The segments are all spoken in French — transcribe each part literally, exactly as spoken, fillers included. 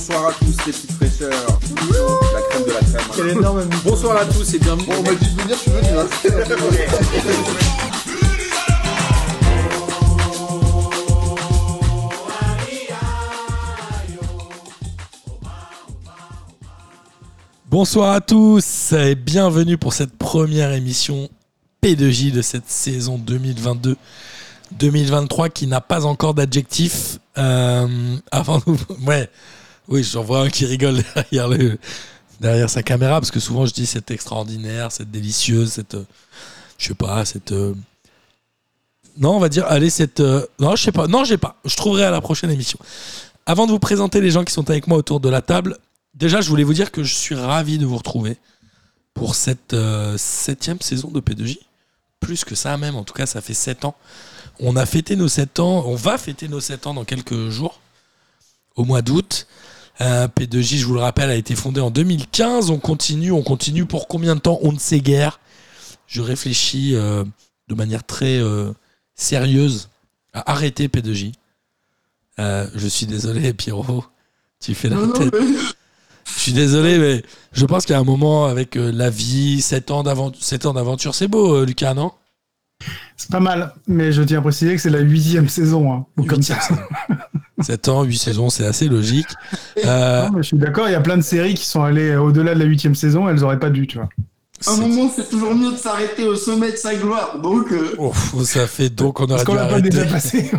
bonsoir à tous les petites fraîcheurs. La crème de la crème. Quel énorme bonsoir à tous et bienvenue. Bon, on m'a dit de venir, je suis venu. Hein. Bonsoir à tous et bienvenue pour cette première émission P deux J de cette saison deux mille vingt-deux deux mille vingt-trois qui n'a pas encore d'adjectif. Euh, avant nous, ouais, oui, j'en vois un qui rigole derrière, le, derrière sa caméra parce que souvent je dis c'est extraordinaire, c'est délicieuse, cette, je sais pas, cette. Euh, non, on va dire, allez, cette. Euh, non, je sais pas, non, j'ai pas. Je trouverai à la prochaine émission. Avant de vous présenter les gens qui sont avec moi autour de la table. Déjà, je voulais vous dire que je suis ravi de vous retrouver pour cette euh, septième saison de P deux J. Plus que ça même, en tout cas, ça fait sept ans. On a fêté nos sept ans, on va fêter nos sept ans dans quelques jours, au mois d'août. Euh, P deux J, je vous le rappelle, a été fondée en deux mille quinze. On continue, on continue pour combien de temps? On ne sait guère. Je réfléchis euh, de manière très euh, sérieuse à arrêter P deux J. Euh, je suis désolé, Pierrot, tu fais la Non, tête. non, mais... Je suis désolé, mais je pense qu'il y a un moment avec euh, la vie, sept ans d'aventure, sept ans d'aventure, c'est beau, euh, Lucas, non? C'est pas mal, mais je tiens à préciser que c'est la huitième saison. Hein, ou comme ça. sept ans, huit saisons, c'est assez logique. Euh... Non, mais je suis d'accord, il y a plein de séries qui sont allées au-delà de la huitième saison, elles auraient pas dû, tu vois. À un moment, c'est toujours mieux de s'arrêter au sommet de sa gloire, donc... Euh... Ouf, ça fait donc on aurait Parce qu'on dû l'a arrêter. pas déjà passé.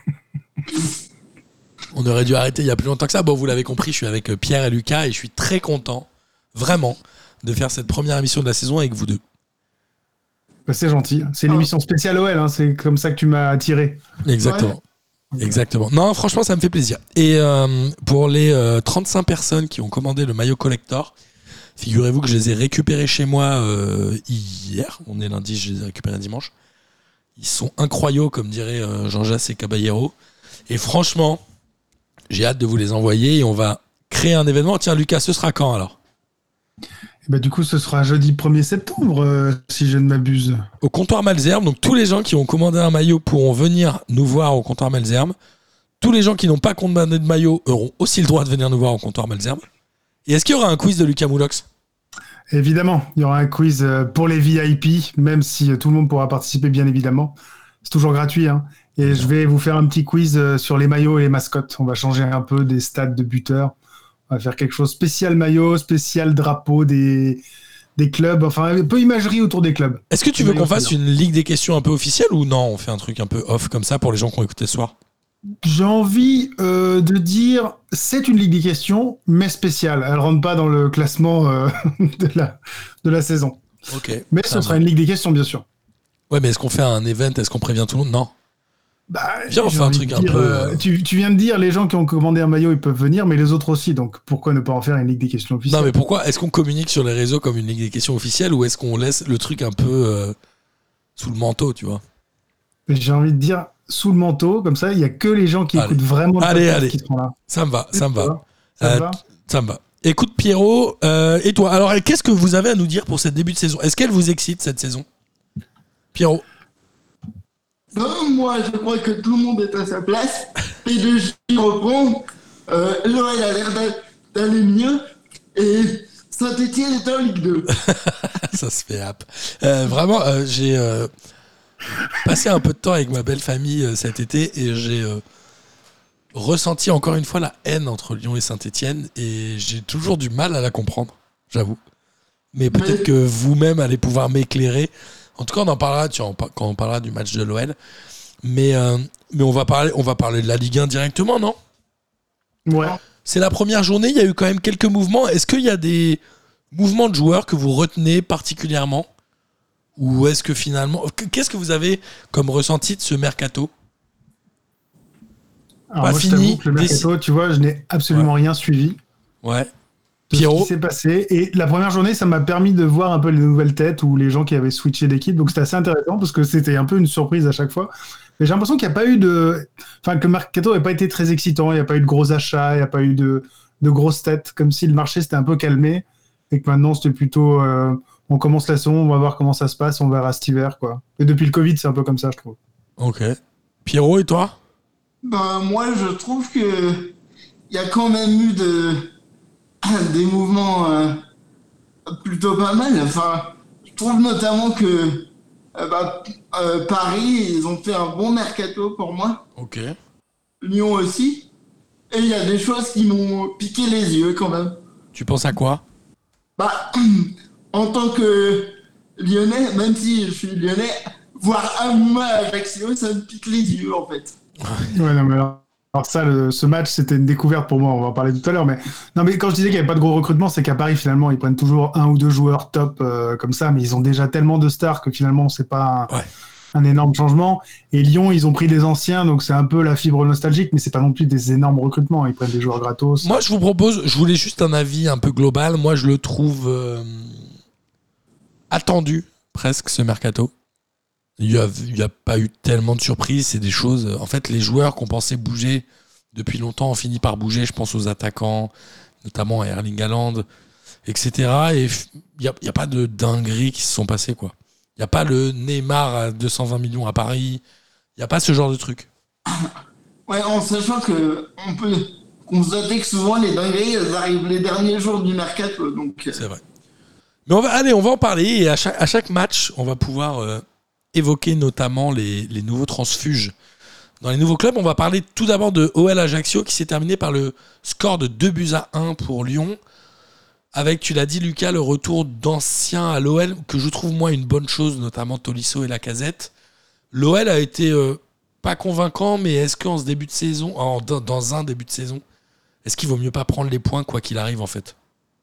On aurait dû arrêter il y a plus longtemps que ça. Bon, vous l'avez compris, je suis avec Pierre et Lucas et je suis très content, vraiment, de faire cette première émission de la saison avec vous deux. Bah, c'est gentil, c'est une Ah. émission spéciale O L, hein. C'est comme ça que tu m'as attiré. Exactement. Ouais. Exactement. Non, franchement, ça me fait plaisir. Et euh, pour les euh, trente-cinq personnes qui ont commandé le maillot collector, figurez-vous que je les ai récupérés chez moi euh, hier. On est lundi, je les ai récupérés dimanche. Ils sont incroyables, comme dirait euh, Jean-Jacques et Caballero. Et franchement, j'ai hâte de vous les envoyer et on va créer un événement. Tiens, Lucas, ce sera quand alors ? Bah, du coup, ce sera jeudi premier septembre, euh, si je ne m'abuse. Au comptoir Malzerbe. Donc, tous les gens qui ont commandé un maillot pourront venir nous voir au comptoir Malzerbe. Tous les gens qui n'ont pas commandé de maillot auront aussi le droit de venir nous voir au comptoir Malzerbe. Et est-ce qu'il y aura un quiz de Lucas Moulox ? Évidemment, il y aura un quiz pour les V I P, même si tout le monde pourra participer, bien évidemment. C'est toujours gratuit, hein. Et je vais vous faire un petit quiz sur les maillots et les mascottes. On va changer un peu des stades de buteurs. On va faire quelque chose spécial maillot, spécial drapeau des, des clubs. Enfin, un peu imagerie autour des clubs. Est-ce que tu veux qu'on fasse une ligue des questions un peu officielle ou non ? On fait un truc un peu off comme ça pour les gens qui ont écouté ce soir. J'ai envie euh, de dire, c'est une ligue des questions, mais spéciale. Elle rentre pas dans le classement euh, de, la, de la saison. Ok. Mais ce sera une ligue des questions, bien sûr. Ouais, mais est-ce qu'on fait un event ? Est-ce qu'on prévient tout le monde ? Non. Bah, viens, on fait un truc dire, un peu... Euh, tu, tu viens de dire, les gens qui ont commandé un maillot, ils peuvent venir, mais les autres aussi. Donc, pourquoi ne pas en faire une ligue des questions officielle ? Non, mais pourquoi ? Est-ce qu'on communique sur les réseaux comme une ligue des questions officielle ou est-ce qu'on laisse le truc un peu euh, sous le manteau, tu vois ? J'ai envie de dire sous le manteau, comme ça, il n'y a que les gens qui allez. écoutent vraiment le allez, podcast allez. qui seront là. Ça me va, ça me va. Ça euh, me va Ça me va. Écoute, Pierrot, euh, et toi ? Alors, qu'est-ce que vous avez à nous dire pour cette début de saison ? Est-ce qu'elle vous excite, cette saison ? Pierrot ? Non, moi, je crois que tout le monde est à sa place. P deux J reprend. Euh, L'O L a l'air d'aller mieux. Et Saint-Etienne est en Ligue deux. Ça se fait hap. Euh, vraiment, euh, j'ai euh, passé un peu de temps avec ma belle famille euh, cet été et j'ai euh, ressenti encore une fois la haine entre Lyon et Saint-Etienne et j'ai toujours du mal à la comprendre, j'avoue. Mais peut-être Mais... que vous-même allez pouvoir m'éclairer. En tout cas, on en parlera tu vois, quand on parlera du match de l'O L. Mais, euh, mais on, va parler, on va parler de la Ligue un directement, non ? Ouais. C'est la première journée, il y a eu quand même quelques mouvements. Est-ce qu'il y a des mouvements de joueurs que vous retenez particulièrement ? Ou est-ce que finalement... Qu'est-ce que vous avez comme ressenti de ce mercato ? Alors Pas moi, fini, je t'avoue que le mercato, tu vois, je n'ai absolument ouais. rien suivi. Ouais. De Pierrot. ce qui s'est passé. Et la première journée, ça m'a permis de voir un peu les nouvelles têtes ou les gens qui avaient switché d'équipe. Donc c'était assez intéressant parce que c'était un peu une surprise à chaque fois. Mais j'ai l'impression qu'il n'y a pas eu de... Enfin, que le mercato n'a pas été très excitant. Il n'y a pas eu de gros achats, il n'y a pas eu de, de grosses têtes. Comme si le marché s'était un peu calmé et que maintenant, c'était plutôt... Euh, on commence la saison, on va voir comment ça se passe, on verra cet hiver, quoi. Et depuis le Covid, c'est un peu comme ça, je trouve. Ok. Pierrot, et toi ? Ben, moi, je trouve que il y a quand même eu de, des mouvements euh, plutôt pas mal. Enfin, je trouve notamment que euh, bah, euh, Paris, ils ont fait un bon mercato pour moi. Ok. Lyon aussi. Et il y a des choses qui m'ont piqué les yeux quand même. Tu penses à quoi? Bah, en tant que Lyonnais, même si je suis Lyonnais, voir Amouma à Ajaccio, ça me pique les yeux en fait. Ouais, non, mais alors, alors ça, le- ce match, c'était une découverte pour moi. On va en parler tout à l'heure. Mais non, mais quand je disais qu'il n'y avait pas de gros recrutement, c'est qu'à Paris, finalement, ils prennent toujours un ou deux joueurs top euh, comme ça, mais ils ont déjà tellement de stars que finalement, c'est pas un, Ouais. un énorme changement. Et Lyon, ils ont pris des anciens, donc c'est un peu la fibre nostalgique, mais c'est pas non plus des énormes recrutements. Ils prennent des joueurs gratos. Moi, je vous propose, je voulais juste un avis un peu global. Moi, je le trouve euh, attendu, presque, ce mercato. Il n'y a, il y a pas eu tellement de surprises. C'est des choses. En fait, les joueurs qu'on pensait bouger depuis longtemps ont fini par bouger. Je pense aux attaquants, notamment à Erling Haaland, et cetera. Et il n'y a, il y a pas de dingueries qui se sont passées, quoi. Il n'y a pas le Neymar à deux cent vingt millions à Paris. Il n'y a pas ce genre de truc. Ouais, en sachant que on peut constater que souvent les dingueries, elles arrivent les derniers jours du mercato. Donc, C'est vrai. Mais on va, allez, on va en parler. Et à chaque, à chaque match, on va pouvoir euh, évoquer notamment les, les nouveaux transfuges dans les nouveaux clubs. On va parler tout d'abord de O L Ajaccio qui s'est terminé par le score de deux buts à un pour Lyon. Avec, tu l'as dit Lucas, le retour d'anciens à l'O L, que je trouve moi une bonne chose, notamment Tolisso et Lacazette. L'O L a été euh, pas convaincant, mais est-ce qu'en ce début de saison, en, dans, dans un début de saison, est-ce qu'il vaut mieux pas prendre les points quoi qu'il arrive en fait?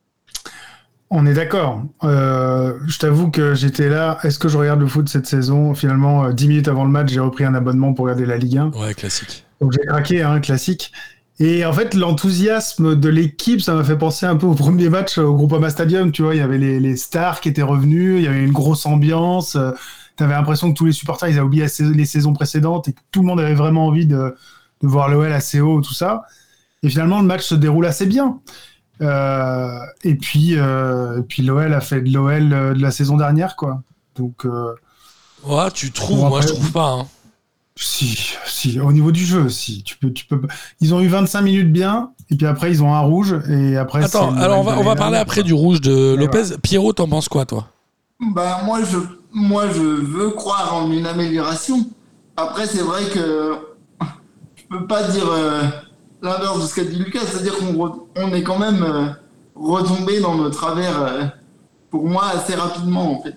On est d'accord. Euh, je t'avoue que j'étais là. Est-ce que je regarde le foot cette saison? Finalement, euh, dix minutes avant le match, j'ai repris un abonnement pour regarder la Ligue un. Ouais, classique. Donc j'ai craqué, hein, classique. Et en fait, l'enthousiasme de l'équipe, ça m'a fait penser un peu au premier match au Groupama Stadium. Tu vois, il y avait les, les stars qui étaient revenus, il y avait une grosse ambiance. Euh, tu avais l'impression que tous les supporters, ils avaient oublié les saisons précédentes et que tout le monde avait vraiment envie de, de voir l'O L assez haut, tout ça. Et finalement, le match se déroule assez bien. Euh, et puis, euh, et puis l'O L a fait de l'O L de la saison dernière, quoi. Donc, euh, Ouais, tu trouves? bon, Moi, après, je trouve pas. Hein. Si, si, au niveau du jeu, si. Tu peux, tu peux... Ils ont eu vingt-cinq minutes bien, et puis après, ils ont un rouge, et après... Attends, c'est alors on va, on va parler là, après quoi. du rouge de Mais Lopez. Pierrot, t'en penses quoi, toi? bah, moi, je, moi, je veux croire en une amélioration. Après, c'est vrai que je peux pas dire euh, l'inverse de ce qu'a dit Lucas, c'est-à-dire qu'on re- on est quand même euh, retombé dans nos travers, euh, pour moi, assez rapidement, en fait.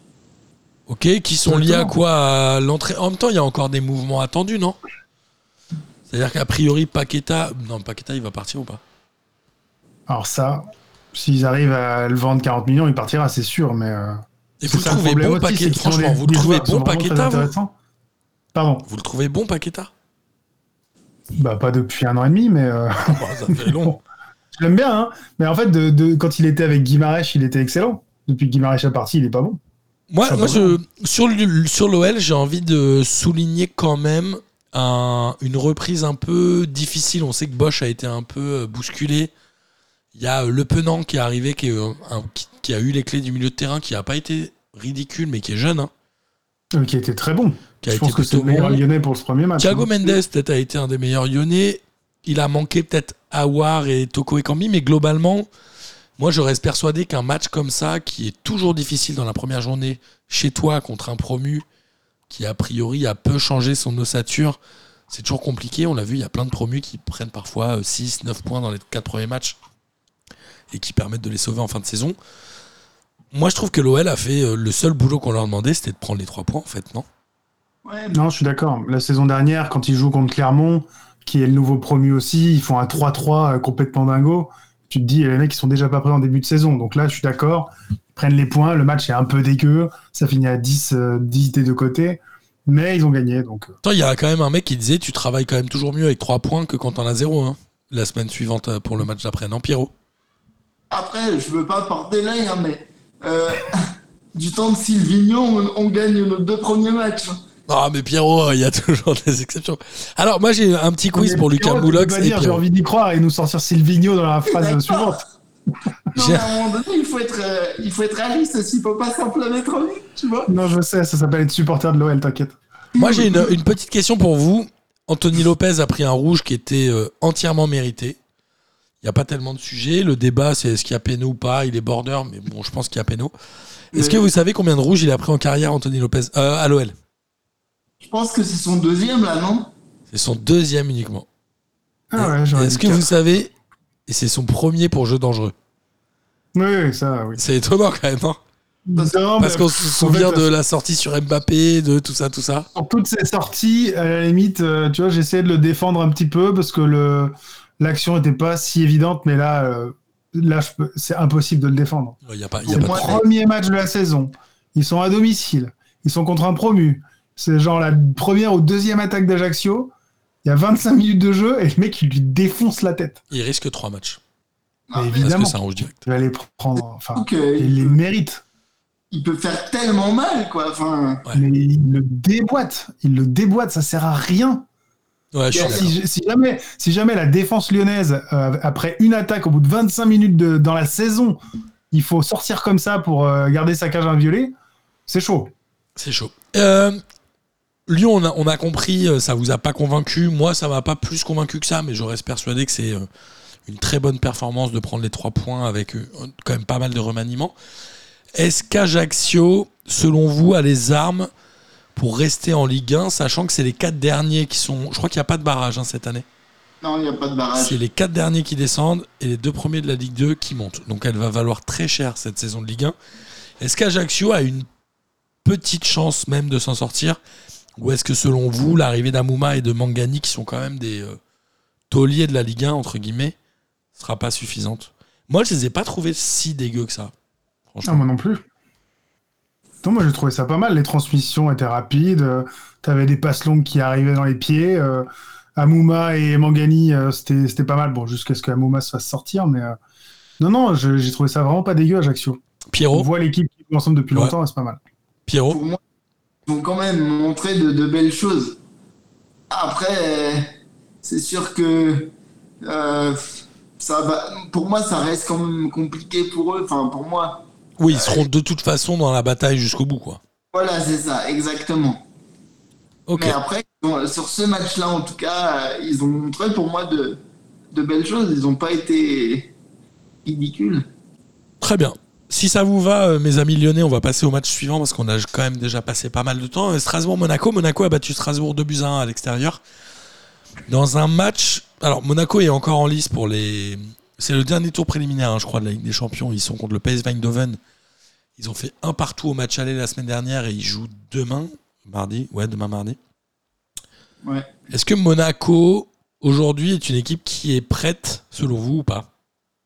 Ok, qui sont liés à quoi? À l'entrée. En même temps, il y a encore des mouvements attendus, non? C'est-à-dire qu'a priori, Paqueta... Non, Paqueta, il va partir ou pas? Alors ça, s'ils arrivent à le vendre quarante millions, il partira, c'est sûr, mais... Euh, Et c'est vous le ça trouvez problème bon, aussi, Paqueta? c'est qu'ils ont Franchement, des- vous le des trouvez joueurs qui bon, sont vraiment très Paqueta, vous intéressants. Pardon. Vous le trouvez bon, Paqueta? Bah, pas depuis un an et demi, mais... euh, Bon, ça fait long. Je l'aime bien, hein. Mais en fait, de, de, quand il était avec Guimarães, il était excellent. Depuis que Guimarães est parti, il est pas bon. Moi, Ça moi va. je, sur, le- sur l'O L, j'ai envie de souligner quand même un- une reprise un peu difficile. On sait que Bosch a été un peu euh, bousculé. Il y a euh, Le Penant qui est arrivé, qui, est, euh, un- qui- qui a eu les clés du milieu de terrain, qui n'a pas été ridicule, mais qui est jeune. Hein, Euh, Qui était très bon. qui a Je été pense que c'est le plutôt meilleur bon. Lyonnais pour ce premier match. Thiago hein. Mendes, peut-être, a été un des meilleurs Lyonnais. Il a manqué peut-être Aouar et Toko Ekambi, mais globalement, moi, je reste persuadé qu'un match comme ça, qui est toujours difficile dans la première journée, chez toi, contre un promu, qui a priori a peu changé son ossature, c'est toujours compliqué. On l'a vu, il y a plein de promus qui prennent parfois six neuf points dans les quatre premiers matchs et qui permettent de les sauver en fin de saison. Moi, je trouve que l'O L a fait euh, le seul boulot qu'on leur demandait, c'était de prendre les trois points, en fait, non? Ouais, Non, je suis d'accord. La saison dernière, quand ils jouent contre Clermont, qui est le nouveau promu aussi, ils font un trois trois euh, complètement dingo. Tu te dis, les mecs, ils sont déjà pas prêts en début de saison. Donc là, je suis d'accord. Ils prennent les points. Le match est un peu dégueu. Ça finit à dix, euh, dix des deux côtés. Mais ils ont gagné. Donc, euh, Attends, il y a quand même un mec qui disait tu travailles quand même toujours mieux avec trois points que quand t'en as zéro, hein, la semaine suivante euh, pour le match d'après, non, Pierrot? après, je veux pas porter l'œil, hein, mais euh, du temps de Silvigno, on, on gagne nos deux premiers matchs. Ah, mais Pierrot, il y a toujours des exceptions. Alors, moi, j'ai un petit quiz mais pour Pierrot, Lucas tu peux Moulox pas et dire, j'ai Pierrot. envie d'y croire et nous sortir Silvigno dans la phrase D'accord. suivante. Non, J'ai- mais à un moment donné, il faut être, euh, il faut être réaliste aussi, il faut pas s'enflammer trop vite, tu vois. Non, je sais, ça s'appelle être supporter de l'O L, t'inquiète. Moi, j'ai une, une petite question pour vous. Anthony Lopez a pris un rouge qui était euh, entièrement mérité. Il n'y a pas tellement de sujets. Le débat, c'est est-ce qu'il y a péno ou pas. Il est border, mais bon, je pense qu'il y a péno. Est-ce que vous savez combien de rouges il a pris en carrière, Anthony Lopez, euh, à l'O L? Je pense que c'est son deuxième, là, non? C'est son deuxième uniquement. Ah ouais, j'aurais Est-ce dit que vous quatre. savez, et c'est son premier pour jeu dangereux? Oui, oui, ça, oui. C'est étonnant quand même, hein. Non, Parce mais qu'on se en souvient fait, de la sortie sur Mbappé, de tout ça, tout ça. Sur toutes ces sorties, à la limite, euh, tu vois, j'essayais de le défendre un petit peu parce que le l'action n'était pas si évidente, mais là, euh, là je peux- c'est impossible de le défendre. Il n'y a pas, y a C'est pas le de... moi, premier match de la saison. Ils sont à domicile. Ils sont contre un promu. C'est genre la première ou deuxième attaque d'Ajaccio. Il y a vingt-cinq minutes de jeu et le mec, il lui défonce la tête. Il risque trois matchs. Ah, Mais mais Parce évidemment, que c'est un rouge direct. tu vas les prendre. Enfin, surtout que il les il, peut, mérite. il peut faire tellement mal, quoi. Enfin, Ouais. Mais il le déboîte. Il le déboîte. Ça sert à rien. Ouais, je suis d'accord. Si, si jamais, si jamais la défense lyonnaise, euh, après une attaque, au bout de vingt-cinq minutes de, dans la saison, il faut sortir comme ça pour euh, garder sa cage inviolée, c'est chaud. C'est chaud. Euh, Lyon, on a, on a compris, euh, ça vous a pas convaincu. Moi, ça m'a pas plus convaincu que ça, mais je reste persuadé que c'est euh, une très bonne performance de prendre les trois points avec euh, quand même pas mal de remaniements. Est-ce qu'Ajaccio, selon vous, a les armes pour rester en Ligue un, sachant que c'est les quatre derniers qui sont... Je crois qu'il n'y a pas de barrage hein, cette année. non, il n'y a pas de barrage. C'est les quatre derniers qui descendent et les deux premiers de la Ligue deux qui montent. Donc elle va valoir très cher cette saison de Ligue un. Est-ce qu'Ajaccio a une petite chance même de s'en sortir? Ou est-ce que selon vous, l'arrivée d'Amouma et de Mangani, qui sont quand même des euh, tauliers de la Ligue un, entre guillemets, sera pas suffisante? Moi, je les ai pas trouvés si dégueux que ça. Non, Franchement. moi non plus. Non, moi j'ai trouvé ça pas mal. Les transmissions étaient rapides. Euh, T'avais des passes longues qui arrivaient dans les pieds. Euh, Amouma et Mangani, euh, c'était c'était pas mal. Bon, jusqu'à ce qu'Amouma se fasse sortir. Mais euh, non, non, je- j'ai trouvé ça vraiment pas dégueu, Ajaccio. On Pierrot, voit l'équipe qui joue ensemble depuis Ouais. longtemps, et c'est pas mal. Pierrot, Pour moi, ils ont quand même montré de, de belles choses. Après, euh, c'est sûr que euh, ça va, pour moi, ça reste quand même compliqué pour eux. Enfin, pour moi, oui, ils seront de toute façon dans la bataille jusqu'au bout, quoi. voilà, c'est ça, exactement. Ok. Mais après, bon, sur ce match-là, en tout cas, euh, ils ont montré pour moi de, de belles choses. Ils n'ont pas été ridicules. Très bien. Si ça vous va, euh, mes amis lyonnais, on va passer au match suivant parce qu'on a quand même déjà passé pas mal de temps. Euh, Strasbourg-Monaco. Monaco a battu Strasbourg deux buts à un à l'extérieur. Dans un match... Alors, Monaco est encore en lice pour les... C'est le dernier tour préliminaire, hein, je crois, de la Ligue des Champions. Ils sont contre le P S V Eindhoven. Ils ont fait un partout au match aller la semaine dernière et ils jouent demain, mardi. Ouais, demain mardi. Ouais. Est-ce que Monaco, aujourd'hui, est une équipe qui est prête, selon vous, ou pas?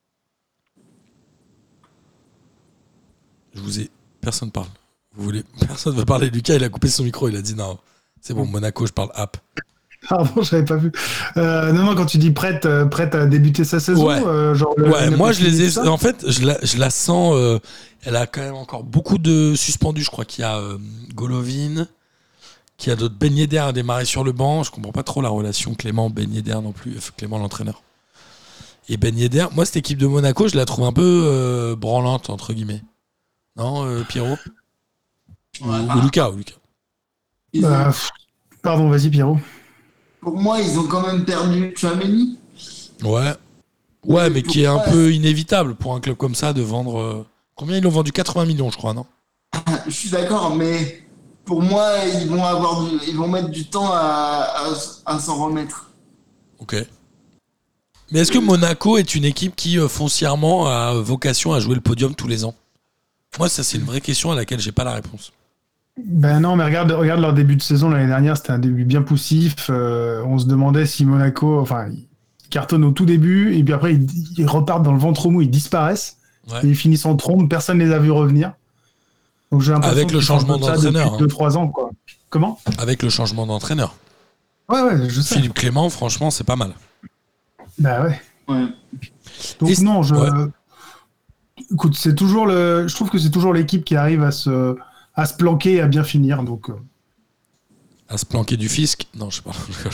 Je vous ai... Personne parle. Vous voulez... Personne ne veut parler. Lucas, il a coupé son micro. Il a dit non, c'est bon, Monaco, je parle app. Pardon, je n'avais pas vu. Euh, non, non, quand tu dis prête, euh, prête à débuter sa saison, Ouais. euh, genre. le- Ouais, le- moi, je les ai... ça En fait, je la, je la sens... euh, Elle a quand même encore beaucoup de suspendus. Je crois qu'il y a euh, Golovin, qu'il y a d'autres. Ben Yedder a démarré sur le banc. Je comprends pas trop la relation Clément-Ben Yedder non plus. Enfin, Clément, l'entraîneur. Et Ben Yedder, moi, cette équipe de Monaco, je la trouve un peu euh, branlante, entre guillemets. Non, euh, Pierrot ou, ou Lucas, ou Lucas. Ils ont- Euh, pff, Pardon, vas-y, Pierrot. pour moi, ils ont quand même perdu Chouameni. Ouais. Ouais, mais qui est un Ouais. peu inévitable pour un club comme ça de vendre... euh, Combien ils l'ont vendu? quatre-vingts millions, je crois, non? Je suis d'accord, mais pour moi, ils vont avoir du- ils vont mettre du temps à, à, à s'en remettre. Ok. Mais est-ce que Monaco est une équipe qui euh, foncièrement a vocation à jouer le podium tous les ans? Moi, ça c'est une vraie question à laquelle j'ai pas la réponse. Ben non, mais regarde, regarde leur début de saison l'année dernière, c'était un début bien poussif. Euh, on se demandait si Monaco, enfin, ils cartonnent au tout début, et puis après ils, ils repartent dans le ventre mou, ils disparaissent, Ouais. et ils finissent en trombe, personne ne les a vus revenir. Donc j'ai l'impression Avec le qu'ils font changement un peu ça d'entraîneur, depuis hein. deux trois ans, quoi. Comment? Avec le changement d'entraîneur. Ouais, ouais, je sais. Philippe Clément, franchement, c'est pas mal. Bah ouais. Ouais. Donc Et- non, je. ouais. Écoute, c'est toujours le. Je trouve que c'est toujours l'équipe qui arrive à se à se planquer et à bien finir. Donc, euh, À se planquer du fisc. Non, je sais pas.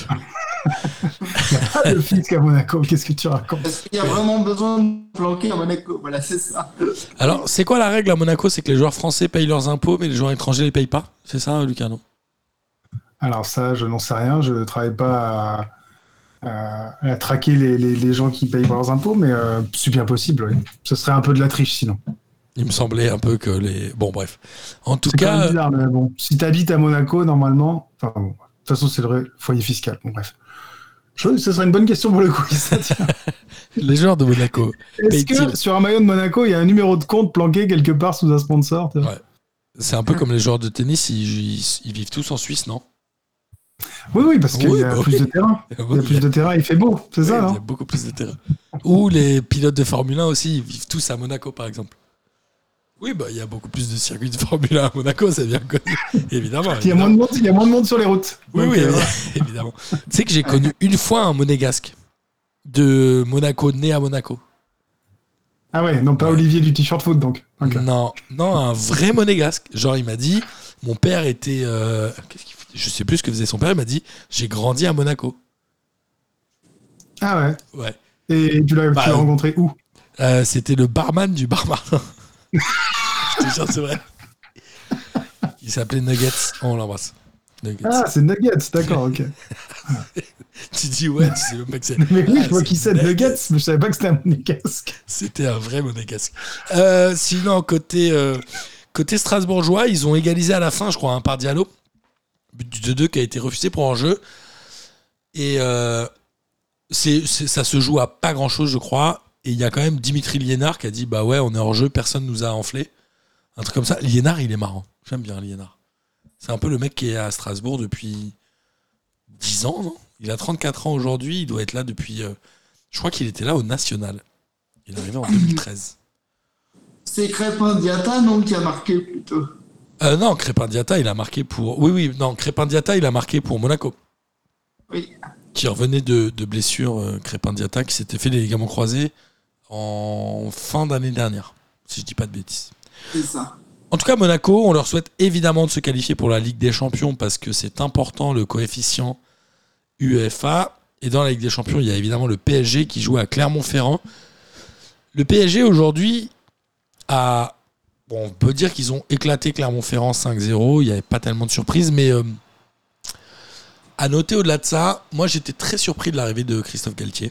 pas le fisc à Monaco. Qu'est-ce que tu racontes? Parce qu'il y a vraiment besoin de planquer à Monaco. Voilà, c'est ça. Alors, c'est quoi la règle à Monaco? C'est que les joueurs français payent leurs impôts, mais les joueurs étrangers les payent pas. C'est ça, Lucas, non? Alors ça, je n'en sais rien. Je ne travaille pas à, à, à traquer les, les, les gens qui payent leurs impôts, mais euh, c'est bien possible, oui. Ce serait un peu de la triche sinon. Il me semblait un peu que les. Bon, bref. En tout C'est quand cas. même bizarre, mais bon, si tu habites à Monaco, normalement. Enfin, bon, de toute façon, c'est le foyer fiscal. Bon, bref. Je, ce serait une bonne question pour le quiz. Les joueurs de Monaco. Est-ce que sur un maillot de Monaco, il y a un numéro de compte planqué quelque part sous un sponsor? Ouais. C'est un peu comme les joueurs de tennis, ils, ils, ils vivent tous en Suisse, non? Oui, oui, parce qu'il oui, y a bah plus oui. de terrain. Oui, il y a plus de terrain, il fait beau, c'est oui, ça, non? Il y a beaucoup plus de terrain. Ou les pilotes de Formule un aussi, ils vivent tous à Monaco, par exemple. Oui, bah il y a beaucoup plus de circuits de Formule un à Monaco, c'est bien connu. Évidemment. Il y a moins de monde, il y a moins de monde sur les routes. Oui, Donc, oui, euh, évidemment. Tu sais que j'ai connu une fois un monégasque de Monaco, né à Monaco. Ah ouais, non pas Ouais. Olivier du t-shirt foot donc. Okay. Non, non, un vrai monégasque. Genre, il m'a dit, mon père était. Euh, qu'est-ce qu'il faisait Je sais plus ce que faisait son père. Il m'a dit, j'ai grandi à Monaco. Ah ouais. Ouais. Et tu l'as, Bah, tu l'as rencontré où? Euh, c'était le barman du bar Martin. Je te jure, c'est vrai. Il s'appelait Nuggets. Oh, on l'embrasse. Nuggets. Ah, c'est Nuggets, d'accord, ok. Tu dis ouais, tu sais même pas que c'est. Mais oui, Ah, je vois c'est qui c'est, Nuggets, mais je savais pas que c'était un monégasque. C'était un vrai monégasque. Euh, sinon, côté, euh, côté strasbourgeois, ils ont égalisé à la fin, je crois, hein, par Diallo. But du deux deux qui a été refusé pour enjeu. Et euh, c'est, c'est, ça se joue à pas grand-chose, je crois. Et il y a quand même Dimitri Liénard qui a dit bah ouais, on est hors jeu, personne nous a enflé. Un truc comme ça. Liénard, il est marrant. J'aime bien Liénard. C'est un peu le mec qui est à Strasbourg depuis dix ans, non? Il a trente-quatre ans aujourd'hui, il doit être là depuis... Euh, je crois qu'il était là au National. Il est arrivé en deux mille treize. C'est Crépin Diatta, non, qui a marqué plutôt. Euh, non, Crépin Diatta, il a marqué pour... Oui, oui, non, Crépin Diatta, il a marqué pour Monaco. Oui. Qui revenait de, de blessure, euh, Crépin Diatta, qui s'était fait les ligaments croisés en fin d'année dernière, si je dis pas de bêtises. C'est ça. En tout cas, Monaco, on leur souhaite évidemment de se qualifier pour la Ligue des Champions parce que c'est important, le coefficient UEFA. Et dans la Ligue des Champions, il y a évidemment le P S G qui joue à Clermont-Ferrand. Le P S G aujourd'hui a... Bon, on peut dire qu'ils ont éclaté Clermont-Ferrand cinq zéro. Il n'y avait pas tellement de surprises, mais euh, à noter au-delà de ça, moi j'étais très surpris de l'arrivée de Christophe Galtier.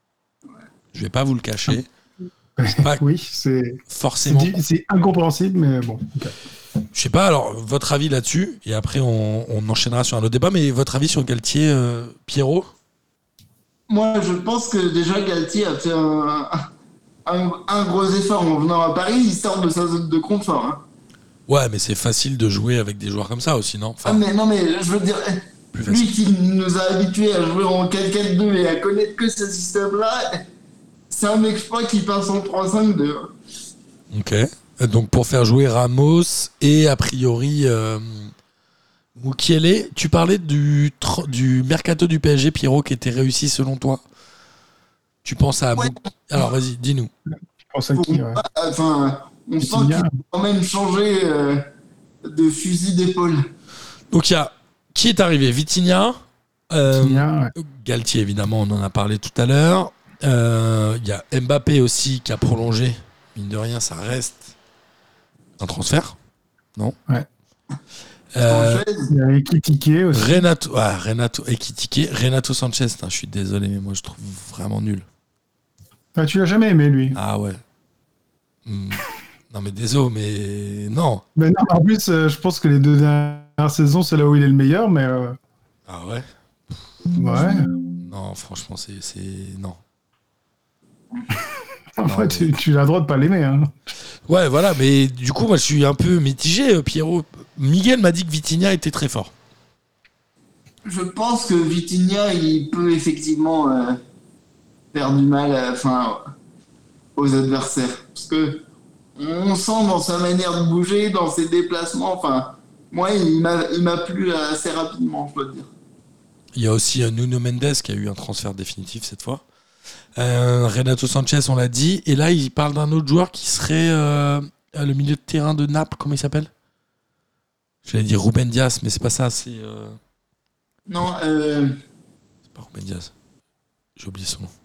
Je vais pas vous le cacher. Pas oui, c'est forcément. C'est, c'est incompréhensible, mais bon. Okay. Je sais pas, alors votre avis là-dessus, et après on, on enchaînera sur un autre débat, mais votre avis sur Galtier, euh, Pierrot? Moi, je pense que déjà Galtier a fait un, un, un gros effort en venant à Paris, il sort de sa zone de confort. Hein. Ouais, mais c'est facile de jouer avec des joueurs comme ça aussi, non? Enfin, ah, mais non, mais je veux dire, lui qui nous a habitués à jouer en quatre quatre deux et à connaître que ce système-là, c'est un exploit qui passe en trois cinq deux. Ok. Donc pour faire jouer Ramos et a priori euh, Mukiele, tu parlais du, tr- du mercato du P S G, Pierrot, qui était réussi selon toi. Tu penses à... Ouais. Mou- Alors vas-y, dis-nous. Je pense à qui, ouais. Enfin, on sent qu'il a quand même changé euh, de fusil d'épaule. Donc il y a... Qui est arrivé? Vitinha, euh, Vitinha, ouais. Galtier évidemment, on en a parlé tout à l'heure. Il euh, y a Mbappé aussi qui a prolongé. Mine de rien, ça reste un transfert, non? Ouais. Euh, il y a Ekitike aussi. Renato, ah, Renato Ekitike, Renato Sanchez. Putain, je suis désolé, mais moi je trouve vraiment nul. Ah, tu l'as jamais aimé, lui? Ah ouais. Hmm. Non mais désolé, mais non. Mais non, en plus, euh, je pense que les deux dernières saisons, c'est là où il est le meilleur, mais. Euh... Ah ouais. Ouais. Non, franchement, c'est, c'est... non. Enfin, tu, tu as le droit de pas l'aimer. Hein. Ouais, voilà, mais du coup, moi, je suis un peu mitigé, Pierrot. Miguel m'a dit que Vitinha était très fort. Je pense que Vitinha, il peut effectivement euh, faire du mal euh, enfin, aux adversaires. Parce que on sent dans sa manière de bouger, dans ses déplacements, enfin, moi, il m'a, il m'a plu assez rapidement, je dois dire. Il y a aussi euh, Nuno Mendes qui a eu un transfert définitif cette fois. Euh, Renato Sanchez, on l'a dit. Et là, il parle d'un autre joueur qui serait euh, le milieu de terrain de Naples. Comment il s'appelle? J'allais dire Ruben Dias, mais c'est pas ça. C'est euh... non. Euh... C'est pas Ruben Dias. J'ai oublié son nom.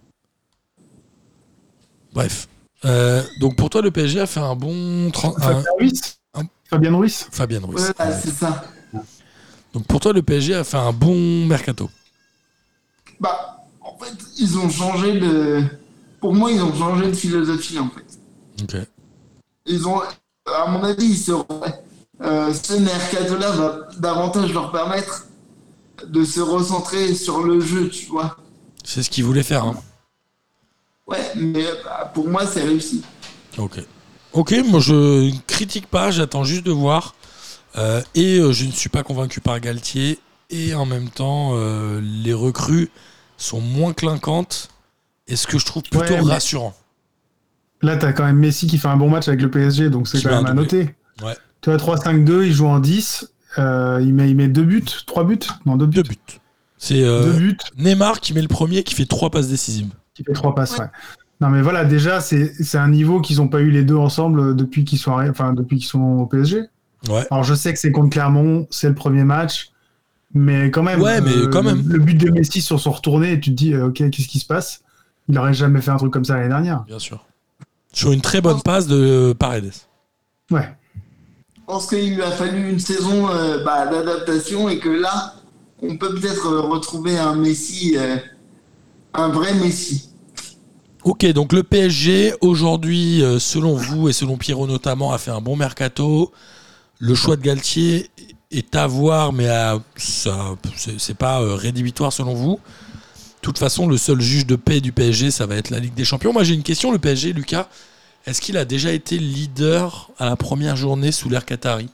Bref. Euh, donc pour toi, le P S G a fait un bon. trente Fabien Ruiz. Un... Fabien Ruiz. Fabien Ruiz. Ouais, bah, c'est ça. Donc pour toi, le P S G a fait un bon mercato. Bah, En fait, ils ont changé de. Pour moi, ils ont changé de philosophie, en fait. Ok. Ils ont, à mon avis, ils seront. Euh, ce mercato-là va davantage leur permettre de se recentrer sur le jeu, tu vois. C'est ce qu'ils voulaient faire. Hein. Ouais, mais bah, pour moi, c'est réussi. Ok. Ok, moi je ne critique pas, j'attends juste de voir. Euh, et euh, je ne suis pas convaincu par Galtier. Et en même temps, euh, les recrues sont moins clinquantes. Et ce que je trouve plutôt Ouais, mais- rassurant. Là, t'as quand même Messi qui fait un bon match avec le P S G, donc c'est Qui quand met même un à doublé. noter. Ouais. Tu vois, trois cinq deux, il joue en dix. Euh, il, met, il met deux buts, trois buts Non, deux buts. Deux buts. C'est euh, Deux buts, Neymar qui met le premier, qui fait trois passes décisives. qui fait trois passes, Ouais. ouais. Non, mais voilà, déjà, c'est, c'est un niveau qu'ils n'ont pas eu les deux ensemble depuis qu'ils sont, arri- enfin, depuis qu'ils sont au P S G. Ouais. Alors, je sais que c'est contre Clermont, c'est le premier match, mais quand même, Ouais, mais quand même. Le, le but de Messi sur son retourné, et tu te dis, euh, ok, qu'est-ce qui se passe? Il n'aurait jamais fait un truc comme ça l'année dernière. Bien sûr. Sur une très bonne passe de Paredes. Ouais. Je pense qu'il lui a fallu une saison euh, bah, d'adaptation et que là, on peut peut-être euh, retrouver un Messi, euh, un vrai Messi. Ok, donc le P S G, aujourd'hui, euh, selon vous et selon Pierrot notamment, a fait un bon mercato. Le choix de Galtier est à voir, mais à, ça, c'est, c'est pas euh, rédhibitoire selon vous. De toute façon, le seul juge de paix du P S G, ça va être la Ligue des Champions. Moi, j'ai une question. Le P S G, Lucas, est-ce qu'il a déjà été leader à la première journée sous l'ère Qatari?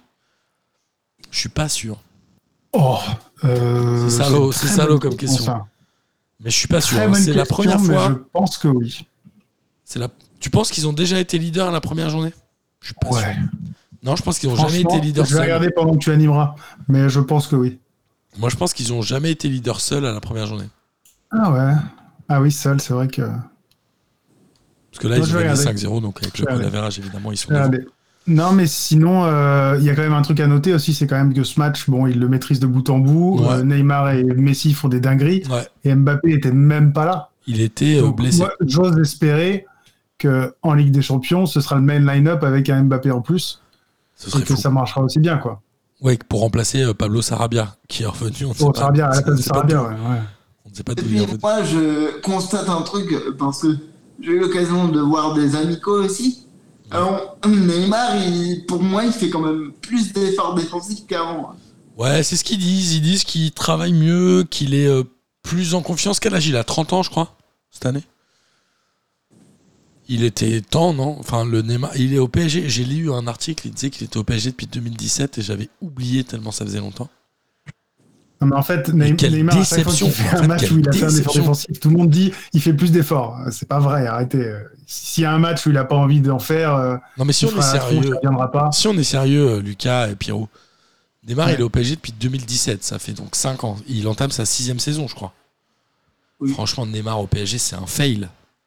Je suis pas sûr. Oh, euh, C'est salaud, une c'est très salaud bonne comme question. enfin, Mais je suis pas sûr. très hein. bonne C'est la question, première mais fois. je pense que oui. C'est la... Tu penses qu'ils ont déjà été leaders à la première journée? Je suis pas sûr. Ouais. Non, je pense qu'ils n'ont jamais Franchement, été leaders je vais seuls. regarder pendant que tu animeras, mais je pense que oui. Moi, je pense qu'ils n'ont jamais été leaders seuls à la première journée. Ah ouais. Ah oui, seul, c'est vrai que. Parce que là, Moi, ils je ont vais gagné regarder. cinq zéro, donc avec le Je vais coup regarder. d'avérage, évidemment, ils sont Je vais devant. regarder. Non, mais sinon, euh, il y a quand même un truc à noter aussi, c'est quand même que ce match, bon, ils le maîtrisent de bout en bout. Ouais. Euh, Neymar et Messi font des dingueries, Ouais, et Mbappé était même pas là. il était euh, Donc, blessé. moi, j'ose espérer que en Ligue des Champions, ce sera le main line-up avec un Mbappé en plus, Ce et serait que fou. ça marchera aussi bien, quoi. Ouais, pour remplacer euh, Pablo Sarabia, qui est revenu. On ne sait Oh, pas, ça va bien, à la on place de ne sait pas Sarabia, d'où- ouais, ouais. on ne sait pas Et d'où il puis est revenu. moi, je constate un truc parce que j'ai eu l'occasion de voir des amicaux aussi. Alors, Neymar, il- pour moi, il fait quand même plus d'efforts défensifs qu'avant. Ouais, c'est ce qu'ils disent. Ils disent qu'il travaille mieux, qu'il est euh, plus en confiance. Quel âge il a? trente ans, je crois, cette année. Il était temps, non? Enfin, le Neymar, il est au P S G. J'ai lu un article, il disait qu'il était au P S G depuis deux mille dix-sept et j'avais oublié tellement ça faisait longtemps. Non, mais en fait, Mais Neym- quelle Neymar, à chaque fois déception. qu'il fait En un fait, match quelle où il a fait un effort déception. défensif, tout le monde dit il fait plus d'efforts. C'est pas vrai, arrêtez. S'il y a un match où il a pas envie d'en faire, euh, Non, mais si il on est fera la tronche, sérieux, ça viendra pas. si on est sérieux, euh, Lucas et Pierrot, Neymar, Ouais. il est au P S G depuis deux mille dix-sept. Ça fait donc cinq ans. Il entame sa sixième saison, je crois. Oui. Franchement, Neymar au P S G, c'est un fail.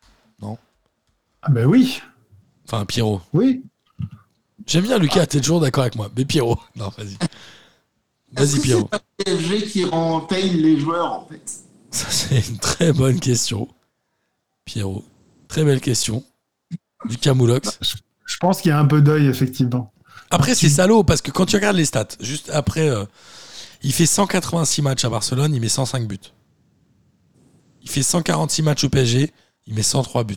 Ah ben oui, Enfin, Pierrot. oui. J'aime bien Lucas, t'es toujours d'accord avec moi. Mais Pierrot, non, vas-y. Est-ce Vas-y, que Pierrot. c'est pas le P S G qui rend paye les joueurs, en fait? Ça, c'est une très bonne question. Pierrot. Très belle question. Lucas Moulox. Je pense qu'il y a un peu d'œil, effectivement. Après, c'est salaud parce que quand tu regardes les stats, juste après, euh, il fait cent quatre-vingt-six matchs à Barcelone, il met cent cinq buts. Il fait cent quarante-six matchs au P S G, il met cent trois buts.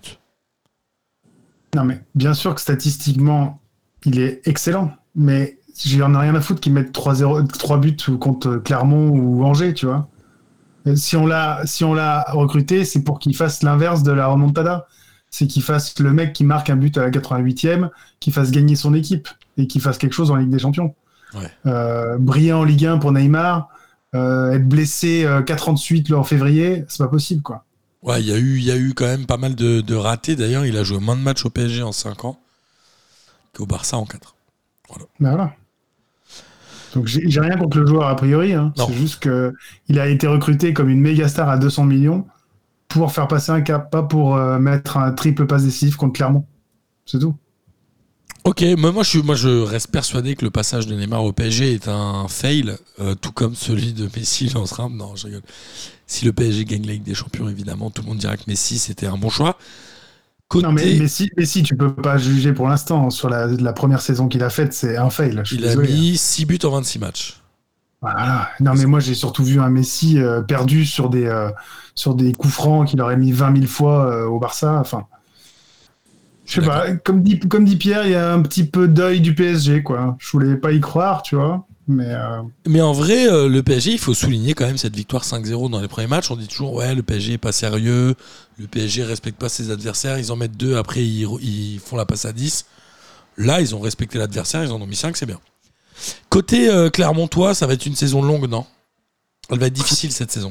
Non, mais bien sûr que statistiquement, il est excellent, mais j'en ai rien à foutre qu'il mette trois zéro trois buts contre Clermont ou Angers, tu vois. Si on l'a si on l'a recruté, c'est pour qu'il fasse l'inverse de la remontada. C'est qu'il fasse le mec qui marque un but à la quatre-vingt-huitième, qui fasse gagner son équipe et qui fasse quelque chose en Ligue des Champions. Ouais. Euh, briller en Ligue un pour Neymar, euh, être blessé euh, quatre trente-huit en février, c'est pas possible, quoi. Ouais, il y a eu, il y a eu quand même pas mal de, de ratés. D'ailleurs, il a joué moins de matchs au P S G en cinq ans qu'au Barça en quatre. Ben voilà. Donc j'ai j'ai rien contre le joueur a priori, hein. Non. C'est juste que il a été recruté comme une méga star à deux cents millions pour faire passer un cap, pas pour euh, mettre un triple passe décisif contre Clermont. C'est tout. Ok, mais moi je, suis, moi je reste persuadé que le passage de Neymar au P S G est un fail, euh, tout comme celui de Messi lance Reims. Non, je rigole. Si le P S G gagne la Ligue des Champions, évidemment, tout le monde dira que Messi c'était un bon choix. Côté, Non mais Messi, Messi, tu peux pas juger pour l'instant sur la, la première saison qu'il a faite, c'est un fail. Je suis il a désolé. mis six buts en vingt-six matchs. Voilà. Non, mais moi, j'ai surtout vu un Messi euh, perdu sur des, euh, sur des coups francs qu'il aurait mis vingt mille fois euh, au Barça. Enfin, je sais pas, comme dit, comme dit Pierre, il y a un petit peu d'œil du P S G, quoi. Je voulais pas y croire, tu vois. Mais, euh... mais en vrai, euh, le P S G, il faut souligner quand même cette victoire cinq zéro dans les premiers matchs. On dit toujours, ouais, le P S G est pas sérieux, le P S G respecte pas ses adversaires, ils en mettent deux, après ils, ils font la passe à dix. Là, ils ont respecté l'adversaire, ils en ont mis cinq, c'est bien. Côté euh, Clermontois, ça va être une saison longue, non? Elle va être difficile cette saison.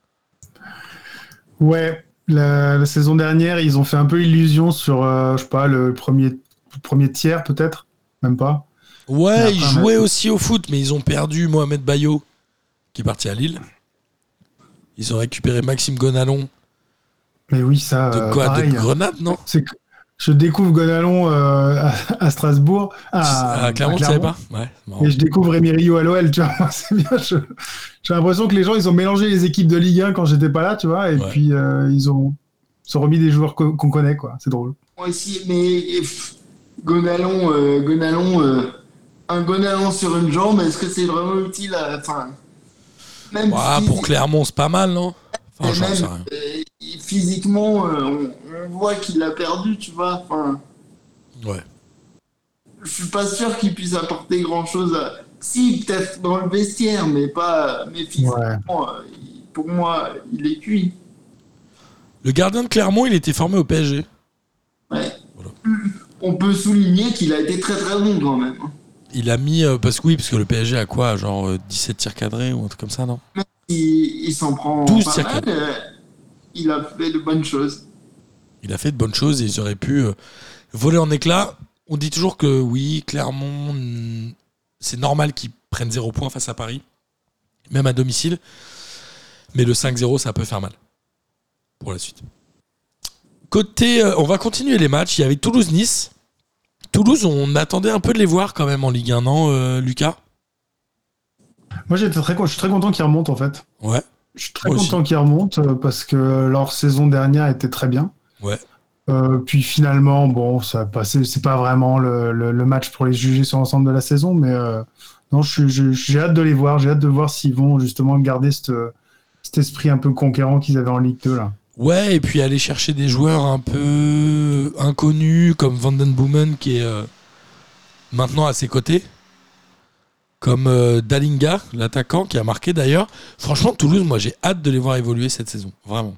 Ouais, la, la saison dernière, ils ont fait un peu illusion sur, euh, je sais pas, le premier, le premier tiers peut-être, même pas. Ouais, après, ils jouaient mais... aussi au foot, mais ils ont perdu Mohamed Bayo, qui est parti à Lille. Ils ont récupéré Maxime Gonalon. Mais oui, ça. De quoi? Pareil, de Grenade, non? C'est que je découvre Gonalon euh, à, à Strasbourg. À, à Clermont, tu savais pas? Ouais, et je découvre Rémi Rio à l'O L, tu vois. C'est bien. Je, j'ai l'impression que les gens, ils ont mélangé les équipes de Ligue un quand j'étais pas là, tu vois. Et ouais. puis, euh, ils ont, ils ont remis des joueurs qu'on, qu'on connaît, quoi. C'est drôle. Moi aussi, mais pff, Gonalon, euh, Gonalon euh, un Gonalon sur une jambe, est-ce que c'est vraiment utile à, enfin, même ouais, si, pour Clermont, c'est pas mal, non? Enfin, même, sais rien. Euh, physiquement, euh, on, on voit qu'il l'a perdu, tu vois. Enfin, ouais. Je suis pas sûr qu'il puisse apporter grand-chose. À... Si, peut-être dans le vestiaire, mais pas. Mais physiquement, ouais. euh, il, pour moi, il est cuit. Le gardien de Clermont, il était formé au P S G. Ouais. Voilà. On peut souligner qu'il a été très très bon quand même. Il a mis. Euh, parce que oui, parce que le P S G a quoi? Genre euh, dix-sept tirs cadrés ou un truc comme ça, non? Il, il s'en prend douze pas mal. Euh, il a fait de bonnes choses. Il a fait de bonnes choses et ils auraient pu euh, voler en éclats. On dit toujours que oui, Clermont, c'est normal qu'ils prennent zéro point face à Paris, même à domicile. Mais le cinq zéro, ça peut faire mal pour la suite. Côté, euh, on va continuer les matchs. Il y avait Toulouse-Nice. Toulouse, on attendait un peu de les voir quand même en Ligue un, non, euh, Lucas? Moi, j'étais très, je suis très content qu'ils remontent en fait. Ouais. Je suis très Moi content aussi. qu'ils remontent parce que leur saison dernière était très bien. Ouais. Euh, puis finalement, bon, ça a passé. C'est pas vraiment le, le, le match pour les juger sur l'ensemble de la saison, mais euh, non, je, je, j'ai hâte de les voir. J'ai hâte de voir s'ils vont justement garder cette, cet esprit un peu conquérant qu'ils avaient en Ligue deux là. Ouais, et puis aller chercher des joueurs un peu inconnus comme Van den Boomen qui est euh, maintenant à ses côtés. Comme euh, Dalinga, l'attaquant, qui a marqué d'ailleurs. Franchement, Toulouse, moi, j'ai hâte de les voir évoluer cette saison. Vraiment.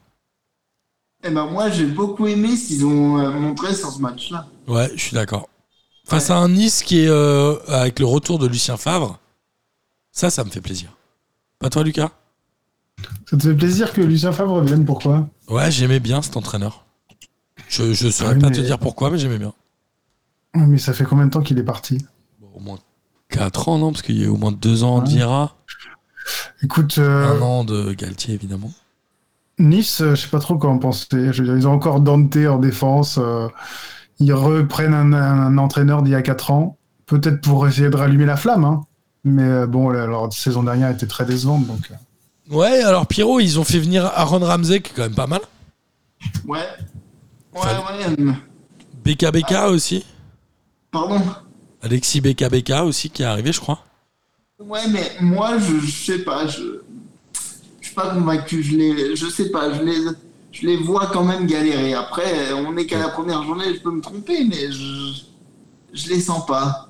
Eh ben, moi, j'ai beaucoup aimé ce qu'ils ont euh, montré sur ce match-là. Ouais, je suis d'accord. Face ouais. à un Nice qui est euh, avec le retour de Lucien Favre, ça, ça me fait plaisir. Pas toi, Lucas? Ça te fait plaisir que Lucien Favre revienne, pourquoi? Ouais, j'aimais bien cet entraîneur. Je ne saurais oui, pas mais... te dire pourquoi, mais j'aimais bien. Mais ça fait combien de temps qu'il est parti? Bon, au moins quatre ans, non? Parce qu'il y a eu au moins deux ans ouais. de Vieira. Écoute. Euh... Un an de Galtier, évidemment. Nice, je sais pas trop quoi en penser. Je veux dire, ils ont encore Dante en défense. Euh, ils reprennent un, un entraîneur d'il y a quatre ans. Peut-être pour essayer de rallumer la flamme. Hein. Mais bon, leur saison dernière était très décevante. Donc... Ouais, alors Pierrot, ils ont fait venir Aaron Ramsey, qui est quand même pas mal. Ouais. Ouais, Fallait... ouais. B K B K ah. aussi. Pardon? Alexis B K B K aussi qui est arrivé, je crois. Ouais, mais moi, je, je sais pas, je, je suis pas convaincu. Je les, je sais pas, je les, je les vois quand même galérer. Après, on n'est qu'à la première journée, je peux me tromper, mais je, je les sens pas.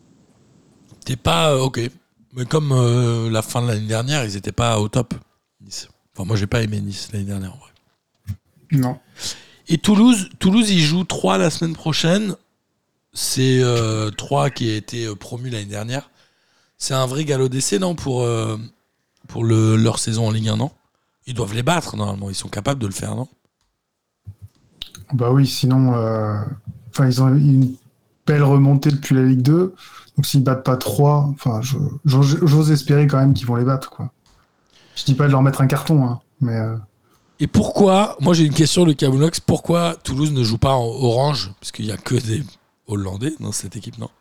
T'es pas euh, ok, mais comme euh, la fin de l'année dernière, ils étaient pas au top. Nice. Enfin, moi, j'ai pas aimé Nice l'année dernière, en vrai. Non. Et Toulouse, Toulouse, ils jouent trois la semaine prochaine. C'est euh, trois qui a été promu l'année dernière. C'est un vrai galop d'essai, non, pour, euh, pour le, leur saison en Ligue un, non? Ils doivent les battre, normalement. Ils sont capables de le faire, non? Bah oui, sinon... Euh... Enfin, ils ont une belle remontée depuis la Ligue deux. Donc s'ils battent pas trois, enfin, je, j'ose, j'ose espérer quand même qu'ils vont les battre, quoi. Je dis pas de leur mettre un carton, hein, mais... Euh... Et pourquoi... Moi, j'ai une question, le Caboulox. Pourquoi Toulouse ne joue pas en orange? Parce qu'il y a que des Hollandais dans cette équipe, non?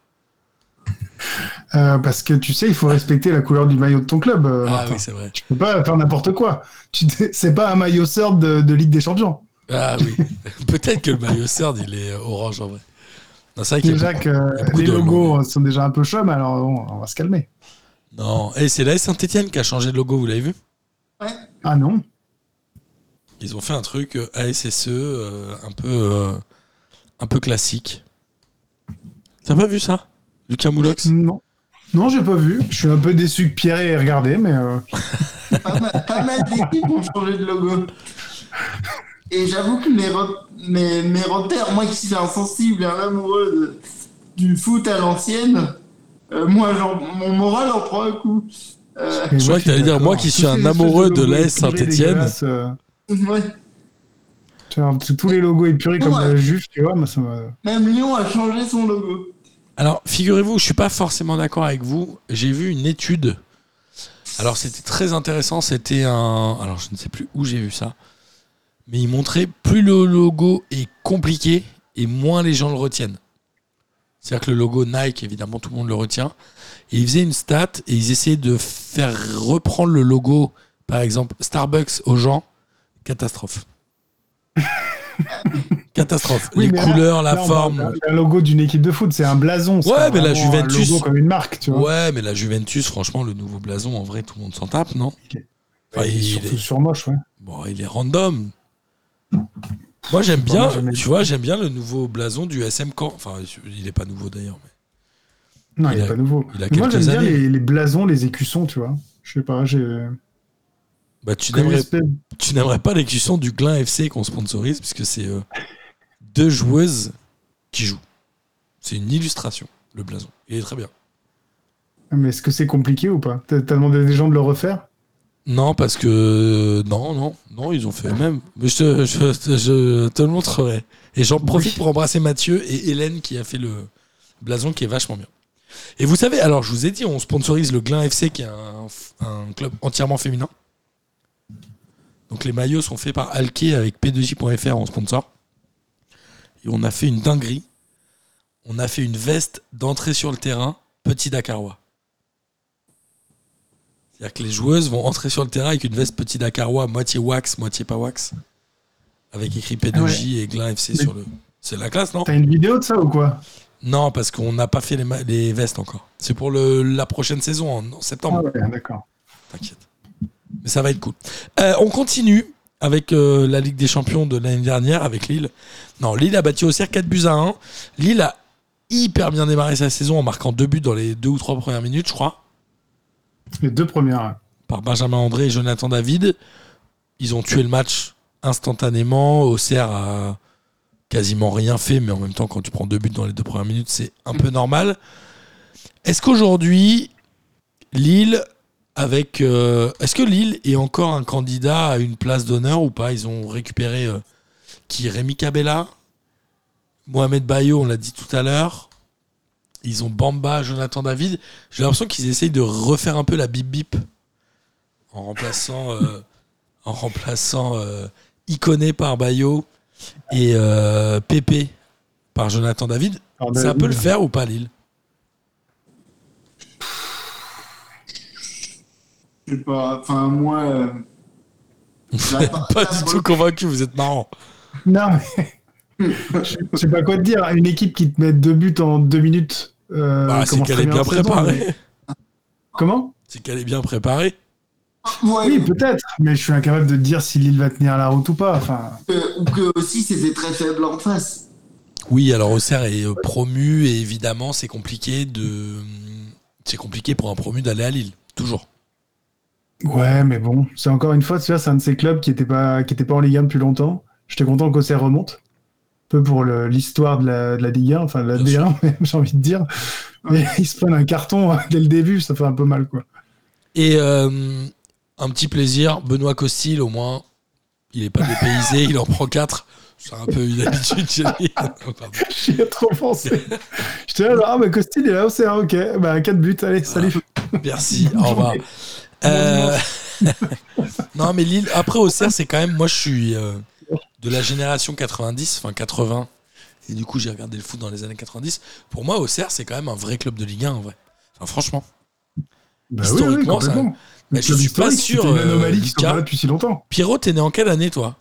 Euh, parce que tu sais, il faut respecter la couleur du maillot de ton club. Euh, ah Martin. Oui, c'est vrai. Tu peux pas faire n'importe quoi. Tu t... C'est pas un maillot Third de, de Ligue des Champions. Ah oui. Peut-être que le maillot Third, il est orange en vrai. Non, c'est vrai qu'il déjà y a beaucoup, que il y a beaucoup les de logos sont déjà un peu chum, alors bon, on va se calmer. Non. Et c'est l'A S Saint-Etienne qui a changé de logo, vous l'avez vu? Ouais. Ah non. Ils ont fait un truc euh, A S S E euh, un peu euh, un peu classique. T'as pas vu ça, Lucas Moulox? Non. Non, j'ai pas vu. Je suis un peu déçu que Pierre ait regardé, mais. Euh... Pas mal, pas mal d'équipes ont changé de logo. Et j'avoue que mes, re- mes, mes repères, moi qui suis insensible et un amoureux de- du foot à l'ancienne, euh, moi, j'en- mon moral en prend un coup. Euh, mais Je crois que t'allais dire, d'accord. moi qui suis Tous un ces espèces amoureux de logos l'A S épurés Saint-Etienne. dégueulasses, euh, ouais. genre, tous les logos épurés comme Ouais. la Juve, tu vois, moi, ça m'a- Même Lyon a changé son logo. Alors, figurez-vous, je suis pas forcément d'accord avec vous. J'ai vu une étude. Alors, c'était très intéressant. C'était un. Alors, je ne sais plus où j'ai vu ça. Mais il montrait plus le logo est compliqué et moins les gens le retiennent. C'est-à-dire que le logo Nike, évidemment, tout le monde le retient. Et ils faisaient une stat et ils essayaient de faire reprendre le logo, par exemple, Starbucks aux gens. Catastrophe. Catastrophe. Oui, les mais là- couleurs, la là, on forme. parle d'un logo d'une équipe de foot, c'est un blason. c'est Ouais, pas mais la vraiment Juventus- Un logo comme une marque, tu vois. Ouais, mais la Juventus, franchement, le nouveau blason, en vrai, tout le monde s'en tape, non? Enfin, il est il surtout est- sur moche, ouais. Bon, il est random. Moi, j'aime bien, moi, j'aime bien. tu vois, j'aime bien le nouveau blason du S M Caen. Enfin, il est pas nouveau d'ailleurs. Mais... Non, Il il, a- est pas nouveau. il a Mais moi, quelques j'aime bien années. les, les blasons, les écussons, tu vois. Je sais pas, j'ai. Bah, tu comme une n'aimerais, espèce- tu n'aimerais pas l'écusson du Glin F C qu'on sponsorise, puisque c'est euh, deux joueuses qui jouent. C'est une illustration, le blason. Il est très bien. Mais est-ce que c'est compliqué ou pas? T'as t'as demandé à des gens de le refaire? Non, parce que. Non, non, non, ils ont fait eux-mêmes. Mais je te, je, te- je te le montrerai. Et j'en profite Oui. pour embrasser Mathieu et Hélène qui a fait le blason qui est vachement bien. Et vous savez, alors je vous ai dit, on sponsorise le Glin F C qui est un, un club entièrement féminin. Donc les maillots sont faits par Alké avec P deux J point F R en sponsor. Et on a fait une dinguerie. On a fait une veste d'entrée sur le terrain, petit Dakarois. C'est-à-dire que les joueuses vont entrer sur le terrain avec une veste petit Dakarois, moitié wax, moitié pas wax, avec écrit P deux J et Glin F C Mais- sur le. C'est la classe, non? T'as une vidéo de ça ou quoi? Non, parce qu'on n'a pas fait les, ma- les vestes encore. C'est pour le, la prochaine saison, en, en septembre. Ah ouais, d'accord. T'inquiète. Mais ça va être cool. Euh, on continue avec euh, la Ligue des Champions de l'année dernière, avec Lille. Non, Lille a battu Auxerre quatre buts à un. Lille a hyper bien démarré sa saison en marquant deux buts dans les deux ou trois premières minutes, je crois, Les deux premières. par Benjamin André et Jonathan David. Ils ont tué le match instantanément. Auxerre a quasiment rien fait, mais en même temps, quand tu prends deux buts dans les deux premières minutes, c'est un peu normal. Est-ce qu'aujourd'hui, Lille, avec. euh, est-ce que Lille est encore un candidat à une place d'honneur ou pas? Ils ont récupéré euh, qui Rémi Cabella, Mohamed Bayo, on l'a dit tout à l'heure. Ils ont Bamba, Jonathan David. J'ai l'impression qu'ils essayent de refaire un peu la bip bip en remplaçant, euh, en remplaçant euh, Iconé par Bayo et euh, Pépé par Jonathan David. Alors, Ça David, peut le faire ou pas, Lille? Je sais pas, enfin, moi. euh, Vous n'êtes pas du tout convaincu, vous êtes marrant. Non, mais. Je je sais pas quoi te dire. Une équipe qui te met deux buts en deux minutes. Euh, Bah, c'est commence qu'elle très est bien la saison, préparée. mais- Comment? C'est qu'elle est bien préparée. Ouais, Oui, peut-être. Mais je suis incapable de te dire si Lille va tenir la route ou pas. Enfin. que- ou que aussi c'était très faible en face. Oui, alors Auxerre est euh, promu et évidemment c'est compliqué de, c'est compliqué pour un promu d'aller à Lille, toujours. Ouais, mais bon, c'est encore une fois, tu vois, c'est un de ces clubs qui n'était pas, qui était pas en Ligue un depuis longtemps. J'étais content qu'Auxerre remonte. Un peu pour le- l'histoire de la, de la Ligue un, enfin de la Bien D un, même, j'ai envie de dire. Mais ils se prennent un carton hein, dès le début, ça fait un peu mal, quoi. Et euh, un petit plaisir, Benoît Costil au moins, il est pas dépaysé, il en prend quatre. C'est un peu une habitude chez lui. Pardon. J'y ai trop pensé. J'étais là, genre, ah, bah Costil, il est là, Auxerre, ok. Bah, quatre buts, allez, salut. Merci, au revoir. Euh, non mais Lille, après Auxerre c'est quand même, moi je suis euh, de la génération quatre-vingt-dix, enfin quatre-vingts, et du coup j'ai regardé le foot dans les années quatre-vingt-dix. Pour moi Auxerre c'est quand même un vrai club de Ligue un en vrai. Enfin franchement. Bah Historiquement, ça- complètement. Mais Le je club suis pas historique, sûr, c'était une euh, anomalie qui sont Lucas. pas là depuis si longtemps. Pierrot, t'es né en quelle année toi?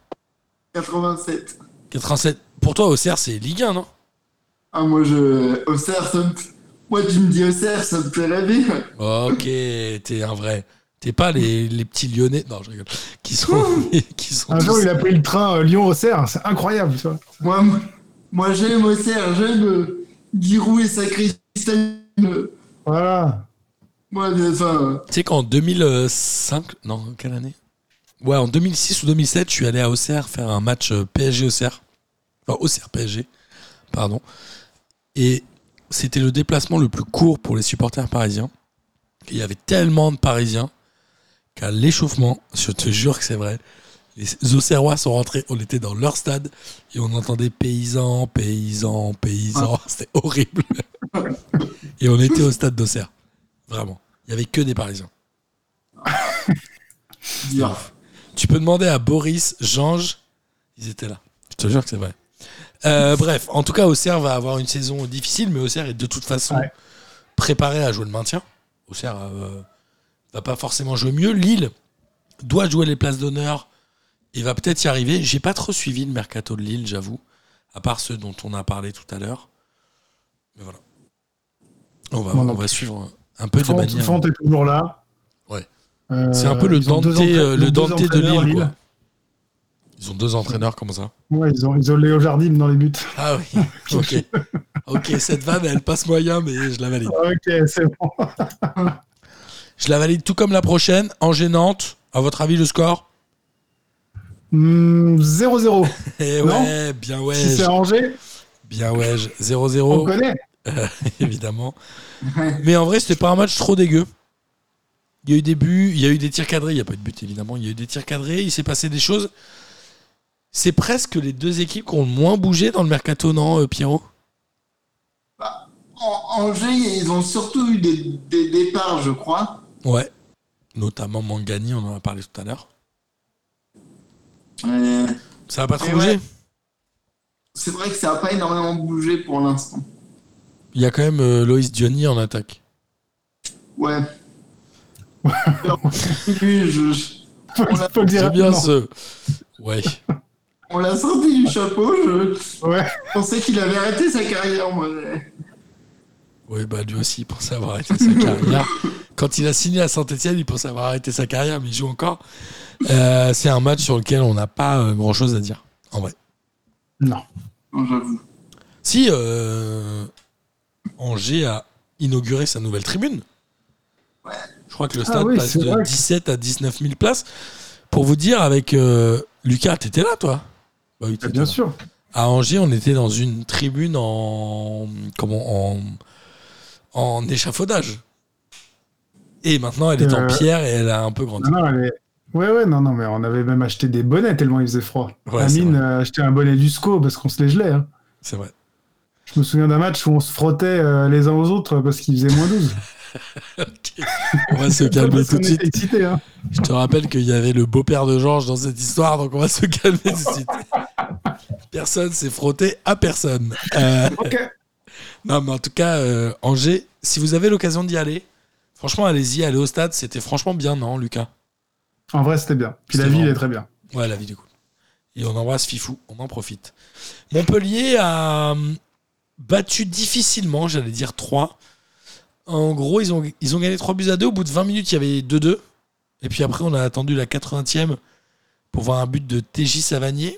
quatre-vingt-sept. quatre-vingt-sept. Pour toi Auxerre c'est Ligue un, non? Ah, moi, je. Auxerre, ça me- Moi, tu me dis Auxerre, ça me fait rêver. Ok, t'es un vrai. T'es pas les, les petits Lyonnais. Non, je rigole. Qui sont. qui sont Un tous- jour, il a pris le train euh, Lyon-Auxerre, c'est incroyable, tu vois. Moi, moi j'aime Auxerre, j'aime euh, Giroud et Sacristan. Voilà. Moi, enfin, Tu sais qu'en deux mille cinq. Non, quelle année? Ouais, en deux mille six ou deux mille sept, je suis allé à Auxerre faire un match euh, P S G-Auxerre. Enfin, Auxerre-P S G. Pardon. Et c'était le déplacement le plus court pour les supporters parisiens. Il y avait tellement de Parisiens qu'à l'échauffement, je te jure que c'est vrai, les Auxerrois sont rentrés, on était dans leur stade et on entendait paysans, paysans, paysans. C'était horrible. Et on était au stade d'Auxerre. Vraiment. Il n'y avait que des Parisiens. dur. Tu peux demander à Boris, Jange, ils étaient là. Je te jure que c'est vrai. Euh, bref, en tout cas, Auxerre va avoir une saison difficile, mais Auxerre est de toute façon Ouais. préparé à jouer le maintien. Auxerre euh, va pas forcément jouer mieux. Lille doit jouer les places d'honneur et va peut-être y arriver. J'ai pas trop suivi le mercato de Lille, j'avoue, à part ceux dont on a parlé tout à l'heure. Mais voilà. On va, Bon, on donc, va suivre un peu de Font, manière. Font est toujours là. Ouais. Euh, C'est un peu le ils ont Dante, deux entra- euh, ils le ont deux Dante de entraîneurs à Lille, quoi. Ils ont deux entraîneurs, comment ça? Ouais, ils ont, ils ont Léo Jardim dans les buts. Ah oui, ok. Ok, cette vanne, elle passe moyen, mais je la valide. Ok, c'est bon. Je la valide tout comme la prochaine, en gênante. À votre avis, le score? Hmm, zéro zéro. Eh Non. ouais, bien ouais. Si c'est à Angers, Bien ouais, zéro on zéro, connaît. euh, évidemment. Mais en vrai, c'était pas un match trop dégueu. Il y a eu des buts, il y a eu des tirs cadrés. Il n'y a pas eu de but, évidemment. Il y a eu des tirs cadrés, il s'est passé des choses. C'est presque les deux équipes qui ont le moins bougé dans le mercato, non, euh, Pierrot? En Angers, ils ont surtout eu des, des départs, je crois. Ouais. Notamment Mangani, on en a parlé tout à l'heure. Euh, Ça va pas trop Et bougé. ouais. c'est vrai que ça n'a pas énormément bougé pour l'instant. Il y a quand même euh, Loïs Diony en attaque. Ouais. je, je- Faut, On l'a- faut le dire C'est bien rapidement. ce. Ouais. on l'a sorti du chapeau. Je Ouais. pensais qu'il avait arrêté sa carrière, moi. Oui, bah lui aussi, il pensait avoir arrêté sa carrière. Quand il a signé à Saint-Etienne, il pensait avoir arrêté sa carrière, mais il joue encore. Euh, c'est un match sur lequel on n'a pas euh, grand-chose à dire, en vrai. Non. Non, j'avoue. Si euh, Angers a inauguré sa nouvelle tribune, Ouais. je crois que le Ah stade oui, passe c'est de vrai que- dix-sept à dix-neuf mille places. Pour vous dire, avec euh, Lucas, t'étais là, toi? Bah oui, Bah, t'étais bien là. sûr. À Angers, on était dans une tribune en comment en, en échafaudage. Et maintenant, elle est en Euh, pierre et elle a un peu grandi. Non, non, elle est- Ouais, ouais, non, non, mais on avait même acheté des bonnets tellement il faisait froid. Ouais, c'est Amine vrai. a acheté un bonnet du S C O parce qu'on se les gelait. Hein. C'est vrai. Je me souviens d'un match où on se frottait euh, les uns aux autres parce qu'il faisait moins douze. Ok. On va se calmer Parce tout qu'on de suite. était excités. Hein. Je te rappelle qu'il y avait le beau-père de Georges dans cette histoire, donc on va se calmer tout de suite. Personne s'est frotté à personne. Euh, Ok. non, mais en tout cas, euh, Angers, si vous avez l'occasion d'y aller, franchement, allez-y, allez au stade. C'était franchement bien, non, Lucas? En vrai, c'était bien. Puis la C'était ville vraiment- est très bien. Ouais, la vie est cool. Et on embrasse Fifou, on en profite. Montpellier a hum, battu difficilement, j'allais dire trois. En gros, ils ont, ils ont gagné trois buts à deux. Au bout de vingt minutes, il y avait deux deux. Et puis après, on a attendu la quatre-vingtième pour voir un but de T J Savanier.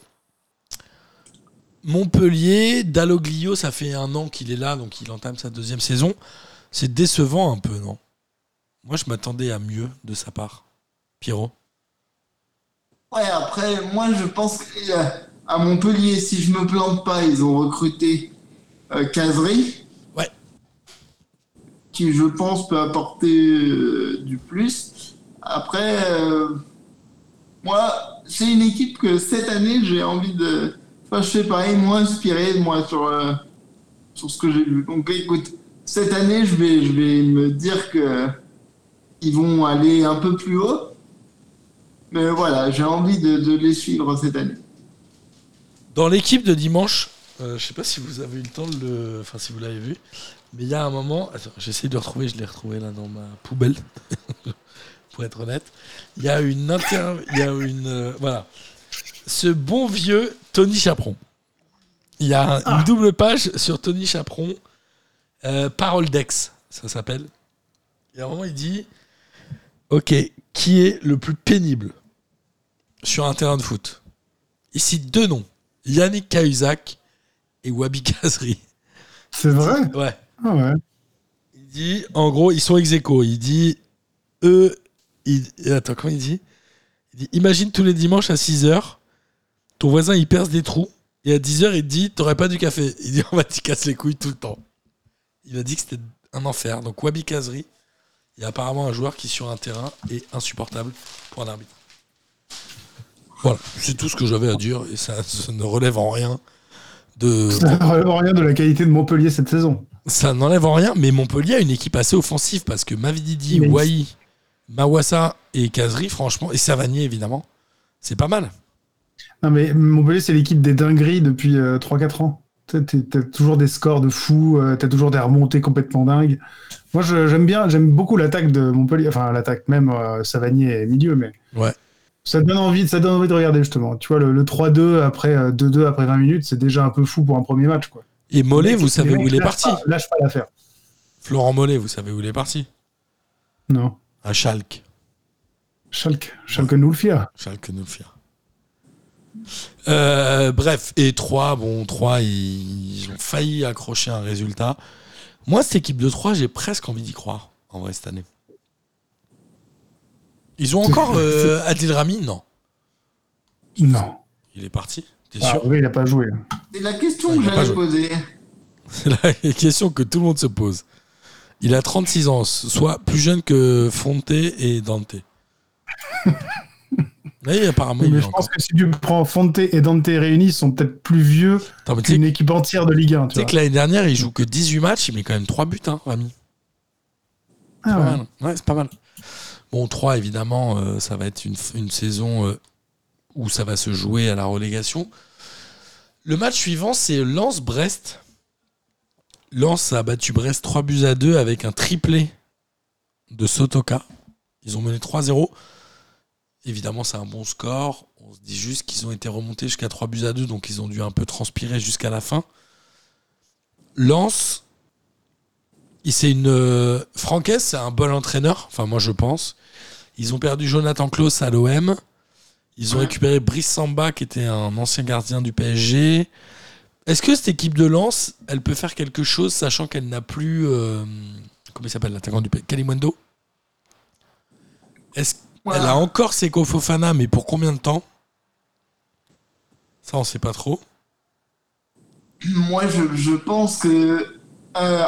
Montpellier, Dalloglio, ça fait un an qu'il est là, donc il entame sa deuxième saison. C'est décevant un peu, non? Moi, je m'attendais à mieux de sa part. Pierrot? Ouais, après, moi, je pense qu'à Montpellier, si je me plante pas, ils ont recruté euh, Cazery. Ouais. Qui, je pense, peut apporter euh, du plus. Après, euh, moi, c'est une équipe que cette année, j'ai envie de. Enfin, je fais pareil, moins inspiré, moi, sur, euh, sur ce que j'ai vu. Donc, écoute, cette année, je vais, je vais me dire que ils vont aller un peu plus haut. Mais voilà, j'ai envie de, de les suivre cette année. Dans l'équipe de dimanche, euh, je sais pas si vous avez eu le temps de le. Enfin, si vous l'avez vu, mais il y a un moment. Attends, j'essaie de le retrouver, je l'ai retrouvé là dans ma poubelle. Pour être honnête. Il y a une inter... Il y a une. euh, voilà. Ce bon vieux Tony Chaperon. Il y a un- Ah. une double page sur Tony Chaperon Euh, Parole d'ex, ça s'appelle. Et à un moment, il dit ok, qui est le plus pénible sur un terrain de foot? Il cite deux noms, Yannick Cahuzac et Wabi Kazri. C'est vrai? Ouais. Ah ouais. Il dit, en gros, ils sont ex-aequo. Il dit, eux, il... attends, comment il dit? Il dit, imagine tous les dimanches à six heures, ton voisin il perce des trous, et à dix heures il te dit, t'aurais pas du café. Il dit, on va t'y casser les couilles tout le temps. Il a dit que c'était un enfer. Donc Wabi Kazri, il y a apparemment un joueur qui sur un terrain est insupportable pour un arbitre. Voilà, c'est tout ce que j'avais à dire, et ça, ça ne relève en rien de... Ça ne relève en rien de la qualité de Montpellier cette saison. Ça n'enlève en rien, mais Montpellier a une équipe assez offensive parce que Mavididi, Mais Wai, Mawassa et Kazri, franchement, et Savanier évidemment, c'est pas mal. Non mais Montpellier c'est l'équipe des dingueries depuis euh, trois quatre ans. T'as, t'as toujours des scores de fou, euh, t'as toujours des remontées complètement dingues. Moi je, j'aime bien, j'aime beaucoup l'attaque de Montpellier, enfin l'attaque même euh, Savanier et milieu, mais Ouais. ça donne envie, ça donne envie de regarder justement. Tu vois le, le trois deux après euh, deux deux après vingt minutes, c'est déjà un peu fou pour un premier match quoi. Et Mollet, Mec, vous savez les où mecs il est lâchent parti? pas- Lâche pas l'affaire. Florent Mollet, vous savez où il est parti? Non. À Schalke. Schalke, Schalke nous le fier. Schalke nous le fier. Euh, bref, et trois, bon, trois, ils, ils ont failli accrocher un résultat. Moi, cette équipe de trois, j'ai presque envie d'y croire, en vrai, cette année. Ils ont encore euh, Adil Rami? Non. Non. Il est parti? T'es Ah, sûr? oui, il a pas joué. C'est la question Ouais, que il a pas j'allais joué. poser. C'est la question que tout le monde se pose. Il a trente-six ans, soit plus jeune que Fonte et Dante. Oui, apparemment, Oui, il mais est je encore. pense que si tu prends Fonte et Dante réunis, ils sont peut-être plus vieux Attends, mais tu sais qu'une que- équipe entière de Ligue un. Tu tu sais vois. que l'année dernière, il joue que dix-huit matchs, il met quand même trois buts, hein, Rami. C'est Ah pas ouais. mal. Ouais, c'est pas mal. Bon, trois, évidemment, euh, ça va être une, une saison euh, où ça va se jouer à la relégation. Le match suivant, c'est Lens-Brest. Lens a battu Brest trois buts à deux avec un triplé de Sotoka. Ils ont mené trois zéro. Évidemment, c'est un bon score. On se dit juste qu'ils ont été remontés jusqu'à trois buts à deux, donc ils ont dû un peu transpirer jusqu'à la fin. Lens, il- c'est une. Euh, Franquès, c'est un bon entraîneur. Enfin, moi, je pense. Ils ont perdu Jonathan Klaus à l'O M. Ils ont récupéré Brice Samba, qui était un ancien gardien du P S G. Est-ce que cette équipe de Lens, elle peut faire quelque chose, sachant qu'elle n'a plus. Euh, comment il s'appelle, l'attaquant du P S G? Kalimundo. Est-ce Voilà. qu'elle a encore Seko Fofana, mais pour combien de temps? Ça, on sait pas trop. Moi, je, je pense que euh,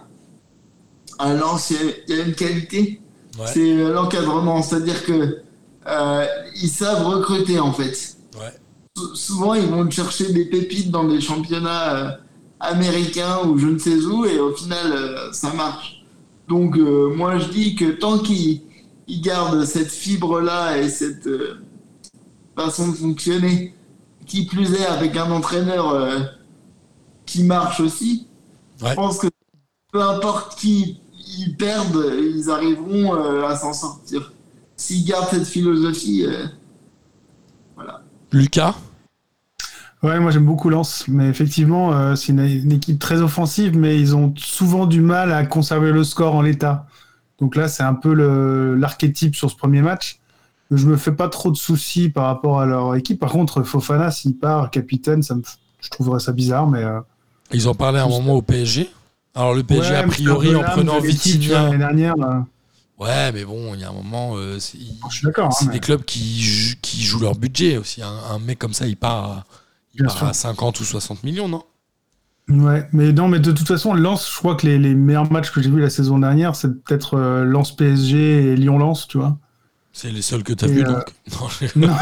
à Lens, il y a- il y, a une qualité, Ouais. c'est euh, l'encadrement. C'est-à-dire que euh, ils savent recruter en fait. Ouais. Sou- Souvent, ils vont chercher des pépites dans des championnats euh, américains ou je ne sais où, et au final, euh, ça marche. Donc, euh, moi, je dis que tant qu'ils ils gardent cette fibre-là et cette euh, façon de fonctionner, qui plus est avec un entraîneur euh, qui marche aussi, Ouais. je pense que peu importe qui ils perdent, ils arriveront euh, à s'en sortir. S'ils gardent cette philosophie, euh, voilà. Lucas? Ouais, moi j'aime beaucoup Lens, mais effectivement, euh, c'est une, une équipe très offensive, mais ils ont souvent du mal à conserver le score en l'état. Donc là, c'est un peu le, l'archétype sur ce premier match. Je me fais pas trop de soucis par rapport à leur équipe. Par contre, Fofana, s'il part capitaine, ça me, je trouverais ça bizarre, mais. Euh, Ils en parlaient à un moment au P S G. Alors le P S G, ouais, a mais priori, c'est un en peu l'âme prenant de l'équipe, tu vois, Vitinha. l'année dernière, là. Ouais, mais bon, il y a un moment, euh, c'est, Je suis d'accord. c'est hein, des mais- clubs qui, jou- qui jouent leur budget aussi. Un, un mec comme ça, il part, à, il Bien part sûr. à cinquante ou soixante millions, non? Ouais, mais non, mais de toute façon, Lens, je crois que les, les meilleurs matchs que j'ai vus la saison dernière, c'est peut-être euh, Lens P S G et Lyon Lens, tu vois. C'est les seuls que tu as Et, vus, euh, donc. Non, je- Non.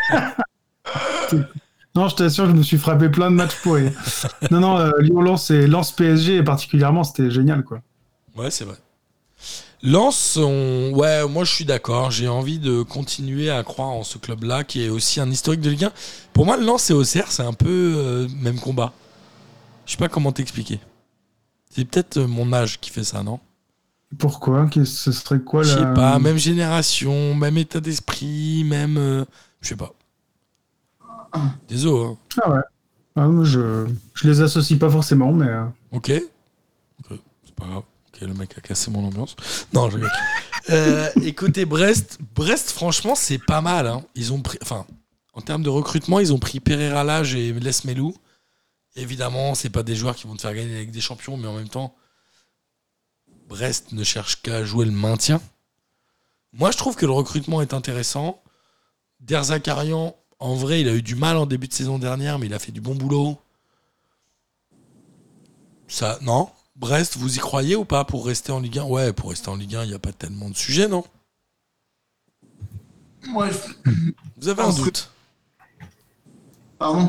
Non, je t'assure, je me suis frappé plein de matchs pourris. Non, non, euh, Lyon Lens et Lens P S G et particulièrement, c'était génial, quoi. Ouais, c'est vrai. Lens, on... ouais, moi je suis d'accord. J'ai envie de continuer à croire en ce club-là, qui est aussi un historique de Ligue un. Pour moi, Lens et Auxerre, c'est un peu euh, même combat. Je sais pas comment t'expliquer. C'est peut-être euh, mon âge qui fait ça, non? Pourquoi? Qu'est-ce- Ce serait quoi Je sais la... pas, même génération, même état d'esprit, même. euh, je sais pas. Désolé. Hein. Ah ouais. Ah, moi, je, je les associe pas forcément, mais... euh, Ok. Ok. pas grave. Ok, le mec a cassé mon ambiance. Non, je rigole. euh, écoutez, Brest, Brest, franchement, c'est pas mal. Hein. Ils ont pris, enfin, en termes de recrutement, ils ont pris Pereira Lage et Lesmelou. Évidemment, c'est pas des joueurs qui vont te faire gagner avec des champions, mais en même temps, Brest ne cherche qu'à jouer le maintien. Moi, je trouve que le recrutement est intéressant. Derzakarian, en vrai, il a eu du mal en début de saison dernière, mais il a fait du bon boulot. Ça, non ? Brest, vous y croyez ou pas pour rester en Ligue un ? Ouais, pour rester en Ligue un, il n'y a pas tellement de sujets, non ? Moi, je... Vous avez un doute ? Pardon ?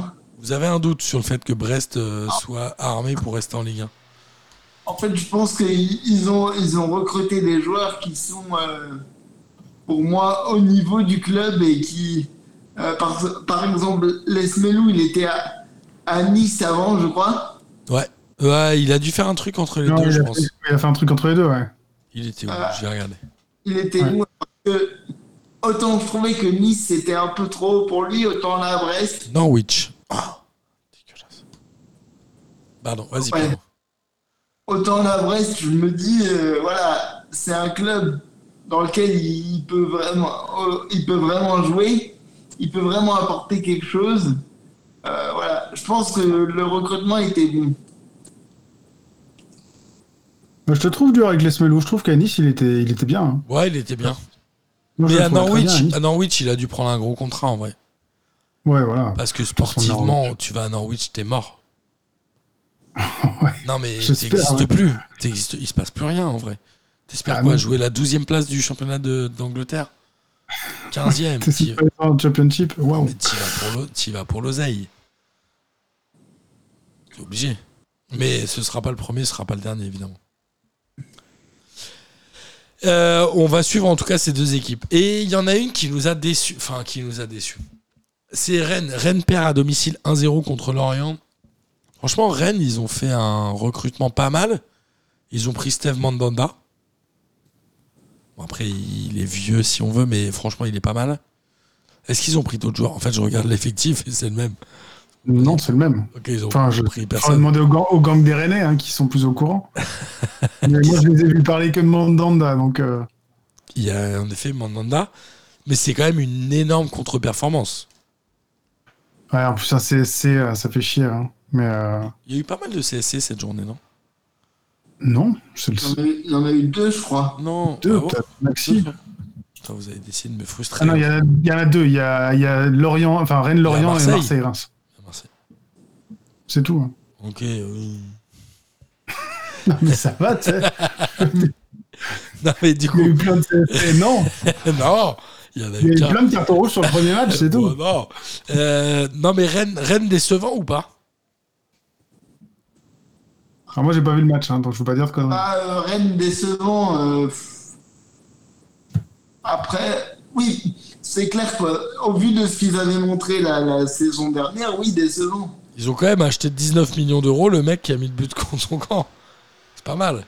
Vous avez un doute sur le fait que Brest euh, soit armé pour rester en Ligue un ? En fait, je pense qu'ils ont, ils ont recruté des joueurs qui sont, euh, pour moi, au niveau du club et qui, euh, par, par exemple, Lesmelou, il était à, à Nice avant, je crois. Ouais. Ouais, il a dû faire un truc entre les Non, deux, il je a pense. fait- Il a fait un truc entre les deux, ouais. Il était où ? Euh, Je vais regarder. Il était Ouais. où ? Parce que autant je trouvais que Nice, c'était un peu trop pour lui, autant là, à Brest. Norwich. Oh, dégueulasse. Pardon, vas-y, Ouais. pardon. Autant là, à Brest, je me dis, euh, voilà, c'est un club dans lequel il peut vraiment, euh, il peut vraiment jouer, il peut vraiment apporter quelque chose. Euh, voilà, je pense que le recrutement était bon. Moi, je te trouve dur avec Lesmelou. Je trouve qu'à Nice, il était, il était bien. Hein. Ouais, il était bien. Moi, je Mais le à trouvais très Norwich, bien, à Nice. à Norwich, il a dû prendre un gros contrat en vrai. Ouais, voilà. Parce que Pour son sportivement, Norwich. tu vas à Norwich, t'es mort. Ouais. Non, mais J'espère, t'existes ouais. plus. T'existes, il se passe plus rien en vrai. T'espères Ah, quoi ? non. Jouer la douzième place du championnat de, d'Angleterre ? quinzième. T'es t'y, super en Championship. Waouh. mais t'y vas pour, l'o- t'y vas pour l'oseille. C'est obligé. Mais ce sera pas le premier, ce sera pas le dernier, évidemment. Euh, on va suivre en tout cas ces deux équipes. Et il y en a une qui nous a déçus. Enfin, qui nous a déçus. C'est Rennes. Rennes perd à domicile un zéro contre Lorient. Franchement, Rennes, ils ont fait un recrutement pas mal. Ils ont pris Steve Mandanda. Bon, après, il est vieux si on veut, mais franchement, il est pas mal. Est-ce qu'ils ont pris d'autres joueurs ? En fait, je regarde l'effectif et c'est le même. Non, c'est le même. Ok, ils ont Enfin, je pris vais personne. demander au gang, au gang des Rennais, hein, qui sont plus au courant. Mais moi, je les ai vus parler que de Mandanda, donc... euh, Il y a en effet Mandanda, mais c'est quand même une énorme contre-performance. Ouais, en plus, ça, c'est, c'est, euh, ça fait chier. Hein. Mais euh, Il y a eu pas mal de C S C cette journée, non ? non, c'est Il y en le a eu- il y en a eu deux, je crois. Non. deux, ah bon peut-être. Maxi. Putain, vous avez décidé de me frustrer. Ah non, il y, a- il y en a deux. Il y a, il y a Lorient, enfin Rennes-Lorient et Marseille. Marseille-Reims. À Marseille. C'est tout. Hein. Ok. euh, Non, mais ça va, tu sais. Non, mais du Il y a coup, eu plein de C S C. Non, non, il y en a il y a eu eu qu'un. plein de cartons rouges sur le premier match, c'est Bon, tout. non. Euh, non, mais Rennes, Rennes décevant ou pas ? Alors moi, j'ai pas vu le match, hein, donc je peux pas dire de conneries. Ah, euh, Rennes décevant. euh, pff. Après, oui, c'est clair qu'au vu de ce qu'ils avaient montré la, la saison dernière, oui, décevant. Ils ont quand même acheté dix-neuf millions d'euros le mec qui a mis le but contre son camp. C'est pas mal.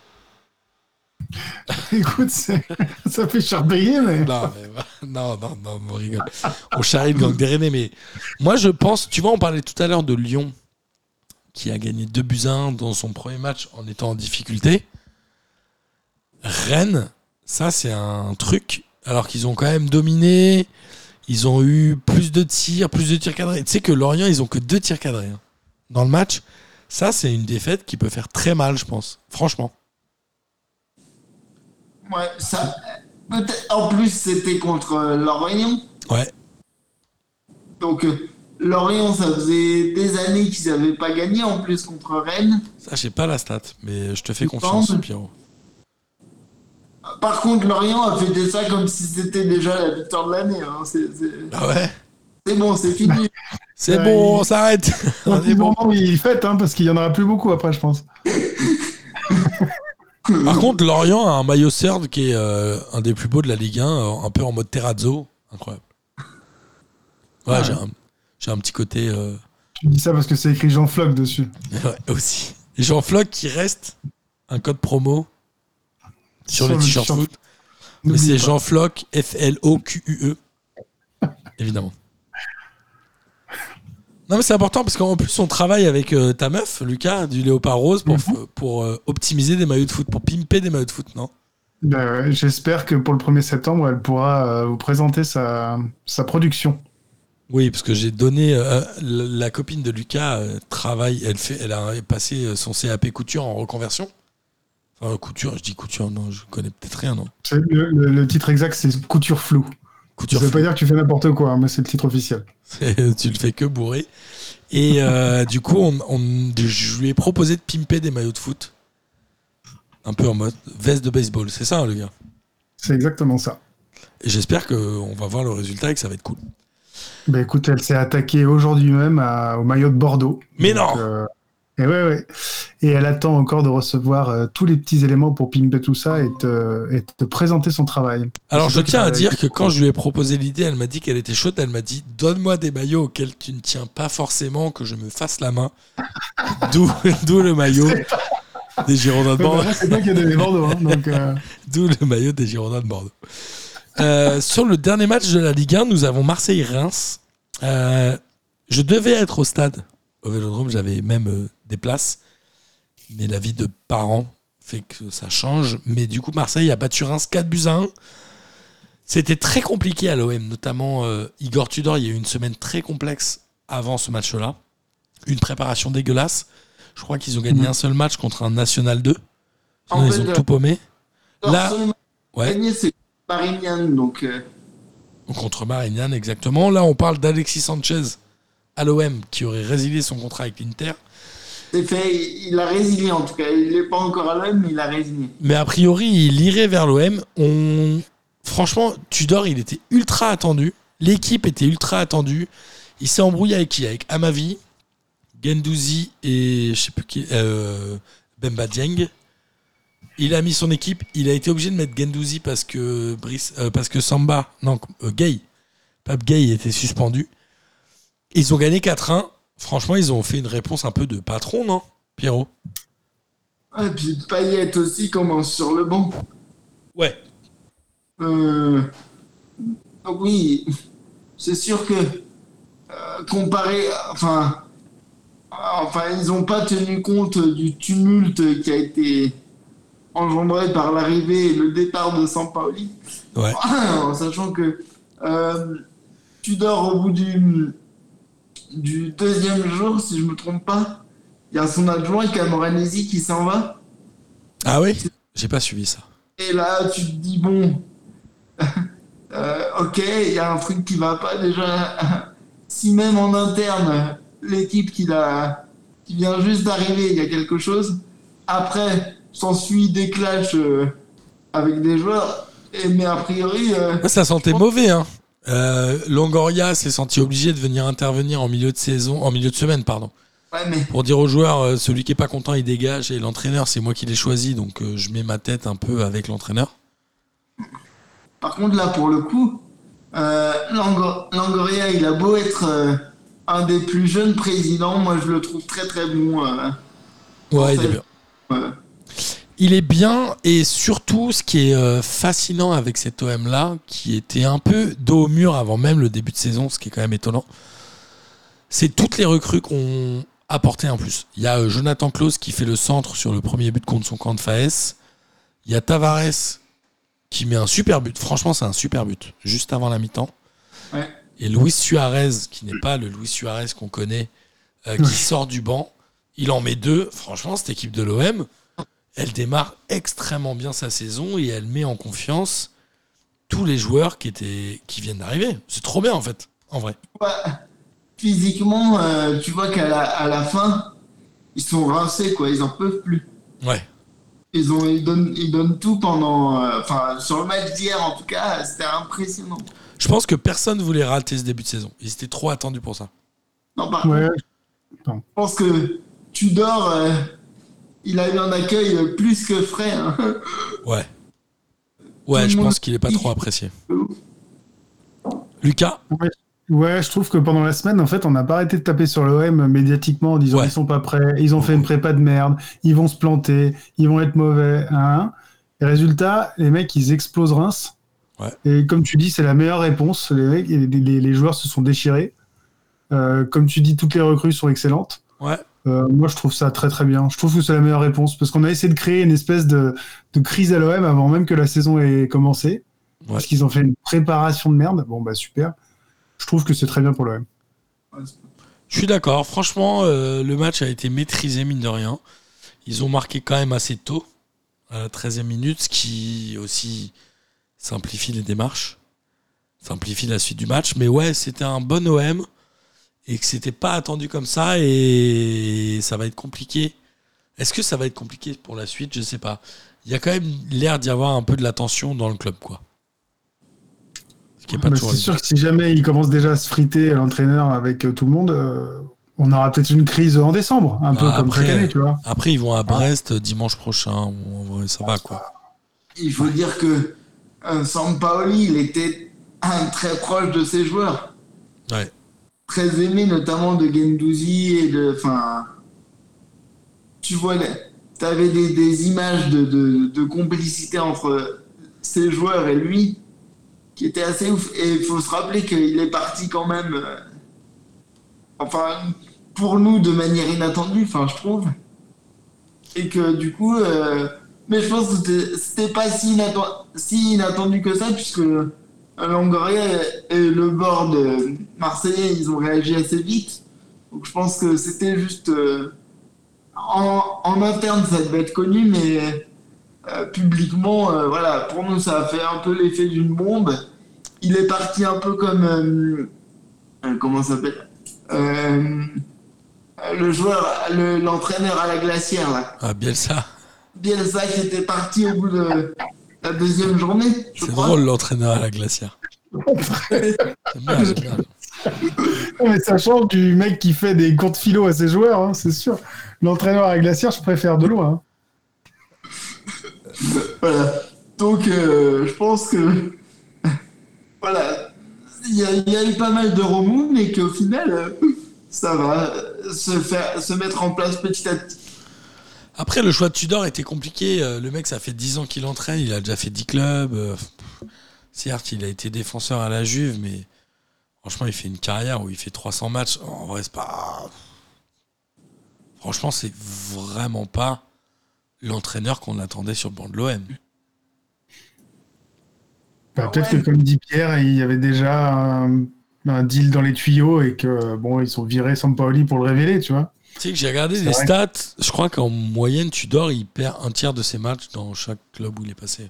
Écoute, c'est... ça fait cher payer, mais... Non, mais, non, non, non, on rigole. On charrie le gang des Rennais, mais moi je pense, tu vois, on parlait tout à l'heure de Lyon qui a gagné deux buts à un dans son premier match en étant en difficulté. Rennes, ça c'est un truc, alors qu'ils ont quand même dominé, ils ont eu plus de tirs, plus de tirs cadrés. Tu sais que Lorient, ils ont que deux tirs cadrés hein, dans le match. Ça, c'est une défaite qui peut faire très mal, je pense. Franchement. Ouais, ça. Peut-être. En plus, c'était contre euh, Lorient. Ouais. Donc, euh, Lorient, ça faisait des années qu'ils n'avaient pas gagné en plus contre Rennes. Ça, je sais pas la stat, mais je te fais Il confiance, semble. Pierrot. Par contre, Lorient a fait ça comme si c'était déjà la victoire de l'année. Hein. C'est, c'est... Ah ouais. c'est bon, c'est fini. C'est Ouais, bon, il- on s'arrête. On est bon. Bon, il fête, hein, parce qu'il y en aura plus beaucoup après, je pense. Par contre, Lorient a un maillot third qui est euh, un des plus beaux de la Ligue un, euh, un peu en mode terrazzo. Incroyable. Ouais, Ouais. j'ai un, j'ai un petit côté euh, Tu dis ça parce que c'est écrit Jean Floc dessus. ouais, aussi. Et Jean Floc qui reste un code promo sur, Sur les le t-shirts t-shirt. foot. Mais N'oublie c'est pas. Jean Floc, F L O Q U E. Évidemment. Non, mais c'est important parce qu'en plus, on travaille avec euh, ta meuf, Lucas, du Léopard Rose, pour, Mhm. pour euh, optimiser des maillots de foot, pour pimper des maillots de foot, non? Ben ouais, j'espère que pour le premier septembre, elle pourra euh, vous présenter sa, sa production. Oui, parce que j'ai donné. euh, la, la copine de Lucas euh, travaille, elle, fait, elle a passé son C A P couture en reconversion. Enfin, couture, je dis couture, non, je connais peut-être rien, non? C'est le, le- le titre exact, c'est couture floue. Couture Ça veut pas floue. dire que tu fais n'importe quoi, hein, mais c'est le titre officiel. Tu le fais que bourrer. Et euh, du coup, on, on- je lui ai proposé de pimper des maillots de foot. Un peu en mode veste de baseball. C'est ça, hein, le gars. C'est exactement ça. Et j'espère qu'on va voir le résultat et que ça va être cool. Ben écoute, elle s'est attaquée aujourd'hui même à- au maillot de Bordeaux. Mais Donc, non euh, et ouais, ouais. Et elle attend encore de recevoir euh, tous les petits éléments pour pimper tout ça et te, et te présenter son travail. Alors, C'est je toi qui tiens à travailles dire avec que elle. quand je lui ai proposé l'idée, elle m'a dit qu'elle était chaude. Elle m'a dit donne-moi des maillots auxquels tu ne tiens pas forcément, que je me fasse la main. D'où, d'où le maillot des Girondins de Ouais, bah, Bordeaux. là, c'est toi qui as donné Bordeaux. Hein, donc, euh, D'où le maillot des Girondins de Bordeaux. Euh, sur le dernier match de la Ligue un, nous avons Marseille-Reims. Euh, je devais être au stade, au Vélodrome, j'avais même euh, des places. Mais la vie de parents fait que ça change. Mais du coup, Marseille a battu Reims quatre buts à un. C'était très compliqué à l'O M, notamment euh, Igor Tudor. Il y a eu une semaine très complexe avant ce match-là. Une préparation dégueulasse. Je crois qu'ils ont gagné Mhm. un seul match contre un National deux. En Sinon, fait, ils ont euh, tout paumé. leur Là, seul match ouais, gagné, c'est Marignan, donc euh, contre Marignan, exactement. Là, on parle d'Alexis Sanchez à l'O M qui aurait résilié son contrat avec l'Inter. c'est fait. Il a résilié en tout cas. Il n'est pas encore à l'O M, mais il a résilié. Mais a priori, il irait vers l'O M. On... Franchement, Tudor, il était ultra attendu. L'équipe était ultra attendue. Il s'est embrouillé avec qui? Avec Amavi, Gendouzi et je sais plus qui, euh, Bemba Dieng. Il a mis son équipe. Il a été obligé de mettre Gendouzi parce que Brice, euh, parce que Samba, non, euh, Gay, Pape Gay était suspendu. Ils ont gagné quatre un. Franchement, ils ont fait une réponse un peu de patron, non, Pierrot? Et puis Payet aussi commence sur le banc. Ouais. Euh, donc oui, c'est sûr que euh, comparé, enfin, enfin, ils n'ont pas tenu compte du tumulte qui a été engendré par l'arrivée et le départ de Sampaoli, Ouais. en sachant que euh, Tudor, au bout du, du deuxième jour, si je me trompe pas, il y a son adjoint Camoranesi qui s'en va. Ah oui? J'ai pas suivi ça. Et là, tu te dis, bon, euh, ok, il y a un truc qui va pas déjà. Si même en interne, l'équipe qui, l'a- qui vient juste d'arriver, il y a quelque chose. Après, s'ensuit des clashs euh, avec des joueurs. Et, mais a priori, euh, Ouais, ça sentait mauvais, hein. Euh, Longoria s'est senti obligé de venir intervenir en milieu de saison, en milieu de semaine, pardon, ouais, mais pour dire aux joueurs, euh, celui qui est pas content, il dégage, et l'entraîneur, c'est moi qui l'ai choisi, donc euh, je mets ma tête un peu avec l'entraîneur. par contre, là, pour le coup, euh, Lango- Longoria, il a beau être euh, un des plus jeunes présidents, moi je le trouve très très bon. euh, Ouais, En il est fait, bien. euh, Il est bien, et surtout, ce qui est euh, fascinant avec cet O M-là, qui était un peu dos au mur avant même le début de saison, ce qui est quand même étonnant, c'est toutes les recrues qu'on apporté en plus. Il y a euh, Jonathan Klaus qui fait le centre sur le premier but contre son camp de Faes. Il y a Tavares qui met un super but. Franchement, c'est un super but, juste avant la mi-temps. Ouais. Et Luis Suarez, qui n'est pas le Luis Suarez qu'on connaît, euh, qui Ouais. sort du banc. Il en met deux. Franchement, cette équipe de l'O M, elle démarre extrêmement bien sa saison et elle met en confiance tous les joueurs qui, étaient, qui viennent d'arriver. C'est trop bien, en fait, en vrai. Ouais, physiquement, euh, tu vois qu'à la, à la fin, ils sont rincés, quoi. Ils en peuvent plus. Ouais. Ils, ont, ils, donnent, ils donnent tout pendant. euh, Enfin, sur le match d'hier, en tout cas, c'était impressionnant. Je pense que personne ne voulait rater ce début de saison. Ils étaient trop attendus pour ça. Non, par Ouais, contre, je pense que Tudor, euh, il a eu un accueil plus que frais. Hein. Ouais. Ouais, Tout je le pense monde- qu'il est pas trop apprécié. Lucas, ouais. Ouais, je trouve que pendant la semaine, en fait, on n'a pas arrêté de taper sur l'O M médiatiquement en disant Ouais. ils sont pas prêts, ils ont fait une prépa de merde, ils vont se planter, ils vont être mauvais. Hein. Et résultat, les mecs, ils explosent Reims. Ouais. Et comme tu dis, c'est la meilleure réponse. Les, mecs, les, les- les joueurs se sont déchirés. Euh, comme tu dis, toutes les recrues sont excellentes. Ouais. Euh, moi, je trouve ça très très bien. Je trouve que c'est la meilleure réponse parce qu'on a essayé de créer une espèce de, de crise à l'O M avant même que la saison ait commencé. Ouais. Parce qu'ils ont fait une préparation de merde. Bon, bah super. Je trouve que c'est très bien pour l'O M. Je suis d'accord. Franchement, euh, le match a été maîtrisé, mine de rien. Ils ont marqué quand même assez tôt, à la treizième minute, ce qui aussi simplifie les démarches, simplifie la suite du match. Mais ouais, c'était un bon O M et que c'était pas attendu comme ça et ça va être compliqué. Est-ce que ça va être compliqué pour la suite ? Je sais pas. Il y a quand même l'air d'y avoir un peu de la tension dans le club, quoi. Ce qui est pas bah, toujours c'est sûr que si jamais il commence déjà à se friter à l'entraîneur avec euh, tout le monde, euh, on aura peut-être une crise en décembre, un peu ah, comme après, chaque année, tu vois. Après, ils vont à Brest ah. dimanche prochain. En vrai, ça va, quoi. Il faut dire que euh, Sampaoli, il était un très proche de ses joueurs. Ouais. Très aimé, notamment de Guendouzi et de. Enfin. Tu vois, tu avais des, des images de, de, de complicité entre ses joueurs et lui qui étaient assez ouf. Et il faut se rappeler qu'il est parti quand même. Euh, enfin, pour nous, de manière inattendue, enfin, je trouve. Et que du coup. Euh, mais je pense que c'était, c'était pas si inattendu, si inattendu que ça, puisque Longoria et le board marseillais, ils ont réagi assez vite. Donc je pense que c'était juste. Euh, en, en interne, ça devait être connu, mais euh, publiquement, euh, voilà, pour nous, ça a fait un peu l'effet d'une bombe. Il est parti un peu comme. Euh, euh, comment ça s'appelle euh, le joueur, le, l'entraîneur à la glacière, là. Ah, Bielsa. Bielsa qui était parti au bout de la deuxième journée. C'est crois. drôle, l'entraîneur à la glacière. C'est bien, c'est bien. Mais ça change du mec qui fait des cours de philo à ses joueurs, hein, c'est sûr. L'entraîneur à la glacière, je préfère de loin. Hein. Voilà. Donc, euh, je pense que. Voilà. Il y, y a eu pas mal de remous, mais qu'au final, euh, ça va se, faire, se mettre en place petit à petit. Après, le choix de Tudor était compliqué. Le mec, ça fait dix ans qu'il entraîne. Il a déjà fait dix clubs. Certes, il a été défenseur à la Juve, mais franchement, il fait une carrière où il fait trois cents matchs. En vrai, c'est pas... Franchement, c'est vraiment pas l'entraîneur qu'on attendait sur le banc de l'O M. Bah, peut-être ouais. que, comme dit Pierre, il y avait déjà un, un deal dans les tuyaux et que, bon, ils ont viré Sampaoli pour le révéler, tu vois. Tu sais que j'ai regardé c'est les vrai. stats, je crois qu'en moyenne, Tudor, il perd un tiers de ses matchs dans chaque club où il est passé.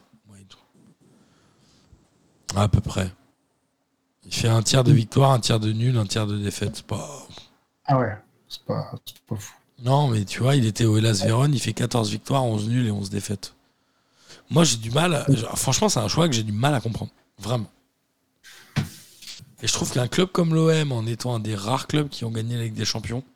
À peu près. Il fait un tiers de victoire, un tiers de nul, un tiers de défaite. C'est pas... Ah ouais, c'est pas, c'est pas fou. Non, mais tu vois, il était au Hellas Vérone, il fait quatorze victoires, onze nuls et onze défaites. Moi, j'ai du mal... À... Franchement, c'est un choix que j'ai du mal à comprendre. Vraiment. Et je trouve qu'un club comme l'O M, en étant un des rares clubs qui ont gagné la Ligue des Champions,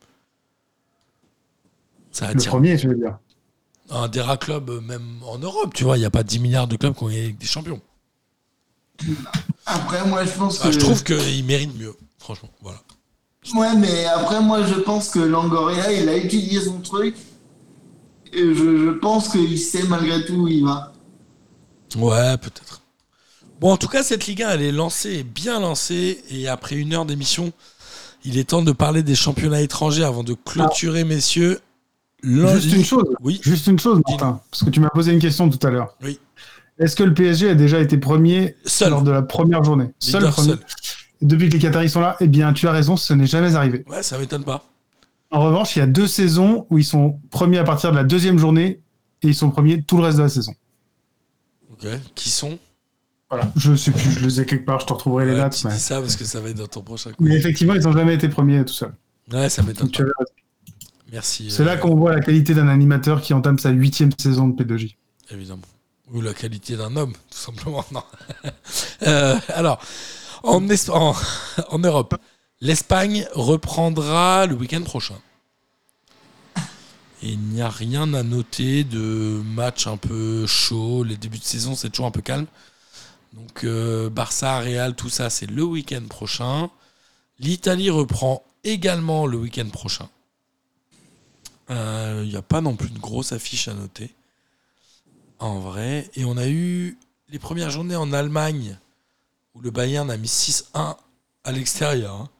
ça attire. Le premier, je veux dire. Un des rares clubs, même en Europe, tu vois, il n'y a pas dix milliards de clubs qui ont gagné la Ligue des Champions. Après, moi, je pense ah, que... Je trouve qu'il mérite mieux, franchement. Voilà. Ouais, mais après, moi, je pense que Longoria, il a étudié son truc. Et je, je pense qu'il sait malgré tout où il va. Ouais, peut-être. Bon, en tout cas, cette Ligue un, elle est lancée, bien lancée. Et après une heure d'émission, il est temps de parler des championnats étrangers avant de clôturer, ah. messieurs. Lundi... Juste une chose. Oui. Juste une chose, Martin. Parce que tu m'as posé une question tout à l'heure. Oui. Est-ce que le P S G a déjà été premier seul. lors de la première journée ? Seul premier. Seul. Depuis que les Qataris sont là, eh bien, tu as raison, ce n'est jamais arrivé. Ouais, ça m'étonne pas. En revanche, il y a deux saisons où ils sont premiers à partir de la deuxième journée et ils sont premiers tout le reste de la saison. Ok. Qui sont ? Voilà. Je sais plus, je les ai quelque part, je te retrouverai ouais, les dates. Tu mais... dis ça parce que ça va être dans ton prochain coup. Mais effectivement, ils n'ont jamais été premiers tout seuls. Ouais, ça m'étonne pas. Merci. C'est euh... là qu'on voit la qualité d'un animateur qui entame sa huitième saison de P deux J. Évidemment. Ou la qualité d'un homme, tout simplement. Non. euh, alors, en, es- en, en Europe, l'Espagne reprendra le week-end prochain. Et il n'y a rien à noter de match un peu chaud. Les débuts de saison, c'est toujours un peu calme. Donc, euh, Barça, Real, tout ça, c'est le week-end prochain. L'Italie reprend également le week-end prochain. Il euh, n'y a pas non plus de grosse affiche à noter. En vrai. Et on a eu les premières journées en Allemagne où le Bayern a mis six un à l'extérieur. Hein.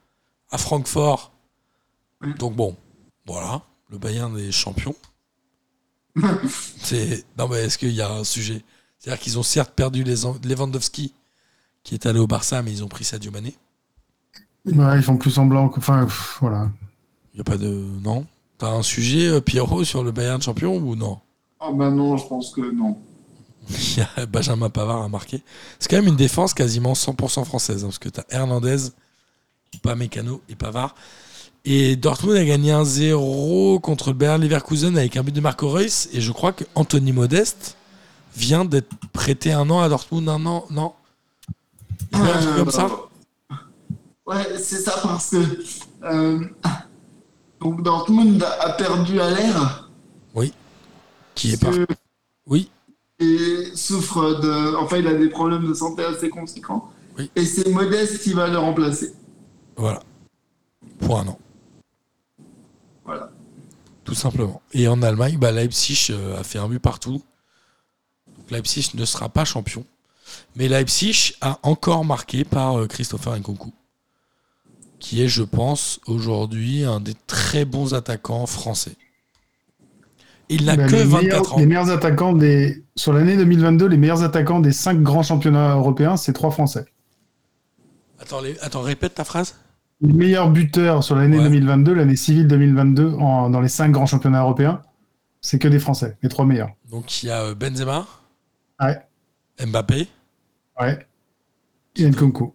à Francfort. Oui. Donc bon, voilà, le Bayern est champion. C'est... Non mais est-ce qu'il y a un sujet? C'est-à-dire qu'ils ont certes perdu les Lewandowski, qui est allé au Barça, mais ils ont pris Sadio Mané. Ouais, ils font plus semblant. Que... Enfin, pff, voilà. Il n'y a pas de... Non? T'as un sujet, euh, Pierrot, sur le Bayern champion ou non? Ah bah non, je pense que non. Il y a Benjamin Pavard à marquer. C'est quand même une défense quasiment cent pour cent française, hein, parce que t'as Hernandez, Upamecano et Pavard. Et Dortmund a gagné un zéro contre le Bayer Leverkusen avec un but de Marco Reus. Et je crois que Anthony Modeste vient d'être prêté un an à Dortmund. Un an, non? Il y a un truc comme ça? Ouais, c'est ça, parce que euh, donc Dortmund a perdu à l'air. Oui. Qui est par... que- Oui. Et souffre de. Enfin, il a des problèmes de santé assez conséquents. Oui. Et c'est Modeste qui va le remplacer. Voilà. Pour un an. Voilà. Tout simplement. Et en Allemagne, bah, Leipzig euh, a fait un but partout. Donc, Leipzig ne sera pas champion. Mais Leipzig a encore marqué par euh, Christopher Nkunku, qui est, je pense, aujourd'hui un des très bons attaquants français. Il n'a Bah, que les vingt-quatre meilleurs, ans. Les meilleurs attaquants des... Sur l'année deux mille vingt-deux, les meilleurs attaquants des cinq grands championnats européens, c'est trois Français. Attends, les... Attends, répète ta phrase. Les meilleurs buteurs sur l'année Ouais. deux mille vingt-deux, l'année civile deux mille vingt-deux, en... dans les cinq grands championnats européens, c'est que des Français, les trois meilleurs. Donc il y a euh, Benzema, Ouais, Mbappé. ouais. Et Nkunku.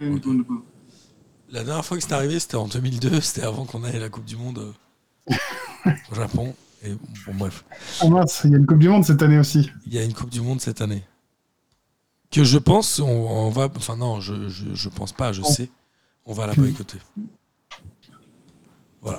La dernière fois que c'est arrivé, c'était en deux mille deux. C'était avant qu'on aille à la Coupe du Monde euh, au Japon. Et bon, bref. Ah mince, il y a une Coupe du Monde cette année aussi. Il y a une Coupe du Monde cette année. Que je pense, on, on va. Enfin, non, je, je, je pense pas, je Oh. sais. On va la boycotter. Voilà.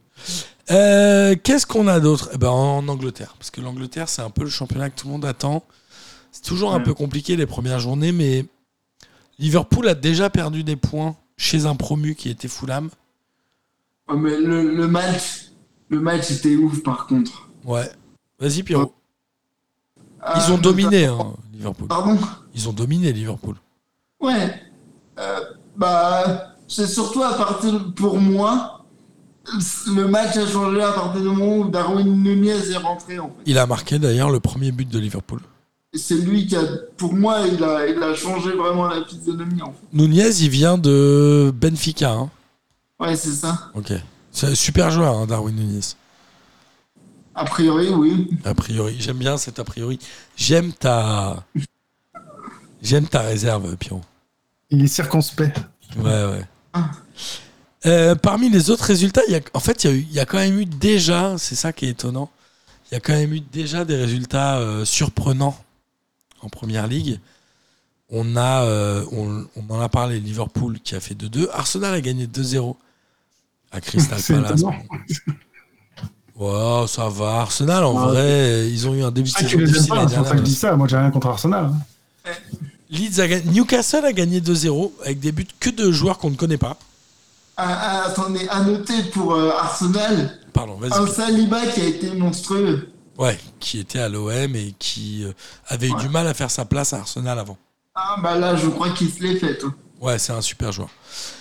Euh, qu'est-ce qu'on a d'autre? Eh ben, en Angleterre. Parce que l'Angleterre, c'est un peu le championnat que tout le monde attend. C'est toujours un Ouais. peu compliqué les premières journées, mais Liverpool a déjà perdu des points chez un promu qui était Fulham. Ouais, mais le, le match, le match était ouf par contre. Ouais. Vas-y, Pierrot. Ah, Ils ont dominé, hein, Liverpool. Pardon? Ils ont dominé, Liverpool. Ouais. Euh, bah, c'est surtout à partir de- pour moi, le match a changé à partir du moment où Darwin Nunez est rentré en fait. Il a marqué d'ailleurs le premier but de Liverpool. Et c'est lui qui a, pour moi, il a, il a changé vraiment la physionomie en fait. Nunez, il vient de Benfica. Hein. Ouais, c'est ça. Ok. C'est un super joueur, hein, Darwin Nunez. A priori, oui. A priori. J'aime bien cet a priori. J'aime ta. J'aime ta réserve, Pierrot. Il est circonspect. Ouais, ouais. Euh, parmi les autres résultats, il y a, en fait, il y, a eu, il y a quand même eu déjà, c'est ça qui est étonnant, il y a quand même eu déjà des résultats euh, surprenants en première ligue. On, a, euh, on, on en a parlé, Liverpool qui a fait deux deux. Arsenal a gagné deux zéro à Crystal C'est Palace. étonnant. Ouais, ça va. Arsenal, en Ah, vrai, ils ont eu un début de Ah, tu saison les aimes difficile pas, l'année c'est pour ça que je dernière. dis ça. Moi, j'ai rien contre Arsenal. hein. Leeds a gagné- Newcastle a gagné deux zéro avec des buts que de joueurs qu'on ne connaît pas. Ah, ah, attendez, à noter pour euh, Arsenal, Pardon, vas-y. un Saliba qui a été monstrueux. Ouais, qui était à l'O M et qui euh, avait eu Ouais. du mal à faire sa place à Arsenal avant. Ah bah là, je crois qu'il se l'est fait. hein. Ouais, c'est un super joueur.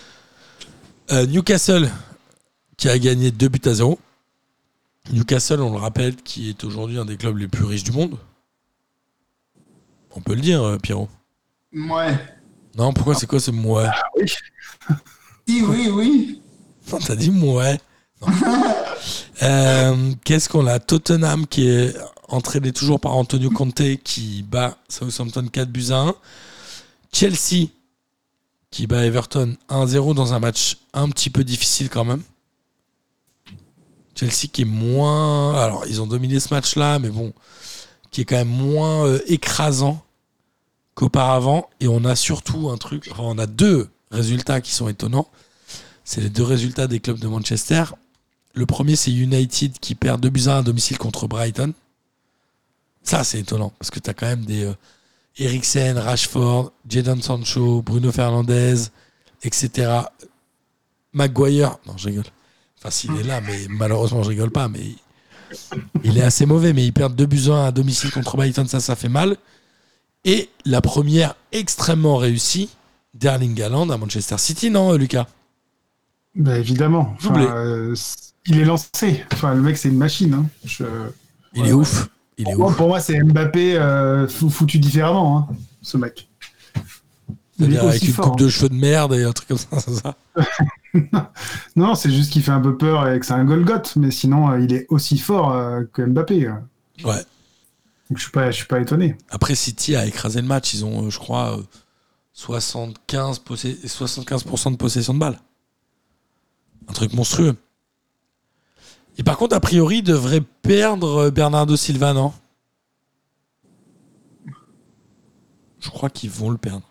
Euh, Newcastle qui a gagné deux buts à zéro. Newcastle, on le rappelle, qui est aujourd'hui un des clubs les plus riches du monde. On peut le dire, euh, Pierrot. Ouais. Non, pourquoi c'est quoi ce mouais? Oui. Si, oui, oui. Non, t'as dit mouais. Non. Euh, Qu'est-ce qu'on a? Tottenham qui est entraîné toujours par Antonio Conte qui bat Southampton quatre buts à un. Chelsea qui bat Everton un zéro dans un match un petit peu difficile quand même. Chelsea qui est moins... Alors, ils ont dominé ce match-là, mais bon, qui est quand même moins euh, écrasant qu'auparavant. Et on a surtout un truc... Enfin, on a deux résultats qui sont étonnants. C'est les deux résultats des clubs de Manchester. Le premier, c'est United qui perd deux buts à un à domicile contre Brighton. Ça, c'est étonnant, parce que tu as quand même des... Euh, Eriksen, Rashford, Jadon Sancho, Bruno Fernandes, et cetera. Maguire, non, je rigole. Enfin, s'il est là, mais malheureusement, je rigole pas, mais il est assez mauvais, mais ils perdent deux buts à un à domicile contre Brighton, ça, ça fait mal. Et la première extrêmement réussie d'Erling Haaland à Manchester City, non, Lucas? Bah, évidemment. Enfin, Doublé. euh, il est lancé. Enfin, le mec, c'est une machine. Hein. Je... Il ouais, est ouais. ouf. Il est Pour moi, ouf. pour moi, c'est Mbappé euh, foutu différemment, hein, ce mec. Il est C'est-à-dire avec aussi une fort. coupe Hein. de cheveux de merde et un truc comme ça, c'est ça. Non, c'est juste qu'il fait un peu peur et que c'est un Golgoth, mais sinon, euh, il est aussi fort euh, que Mbappé. euh. Ouais. Donc, je suis pas, je suis pas étonné. Après, City a écrasé le match. Ils ont, euh, je crois, euh, soixante-quinze, possé- soixante-quinze pour cent de possession de balle. Un truc monstrueux. Et par contre, a priori, il devrait perdre euh, Bernardo Silva, non? Je crois qu'ils vont le perdre.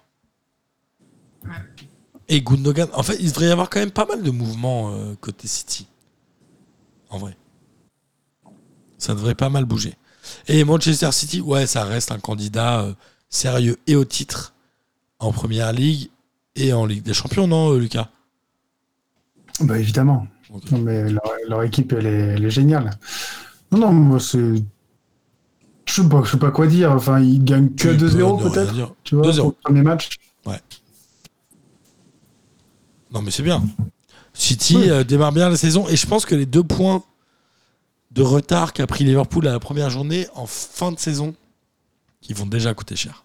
Et Gundogan, en fait, il devrait y avoir quand même pas mal de mouvements euh, côté City. En vrai. Ça devrait pas mal bouger. Et Manchester City, ouais, ça reste un candidat euh, sérieux et au titre en Première Ligue et en Ligue des Champions, non, euh, Lucas? Bah, évidemment. Ok. Non, mais leur, leur équipe, elle est, elle est géniale. Non, non, moi, c'est. Je sais pas, je sais pas quoi dire. Enfin, ils gagnent que Tu deux peux zéro ne rien peut-être. dire. Tu vois, deux zéro. pour le premier match. Non, mais c'est bien. City Oui. euh, démarre bien la saison et je pense que les deux points de retard qu'a pris Liverpool à la première journée en fin de saison, qui vont déjà coûter cher.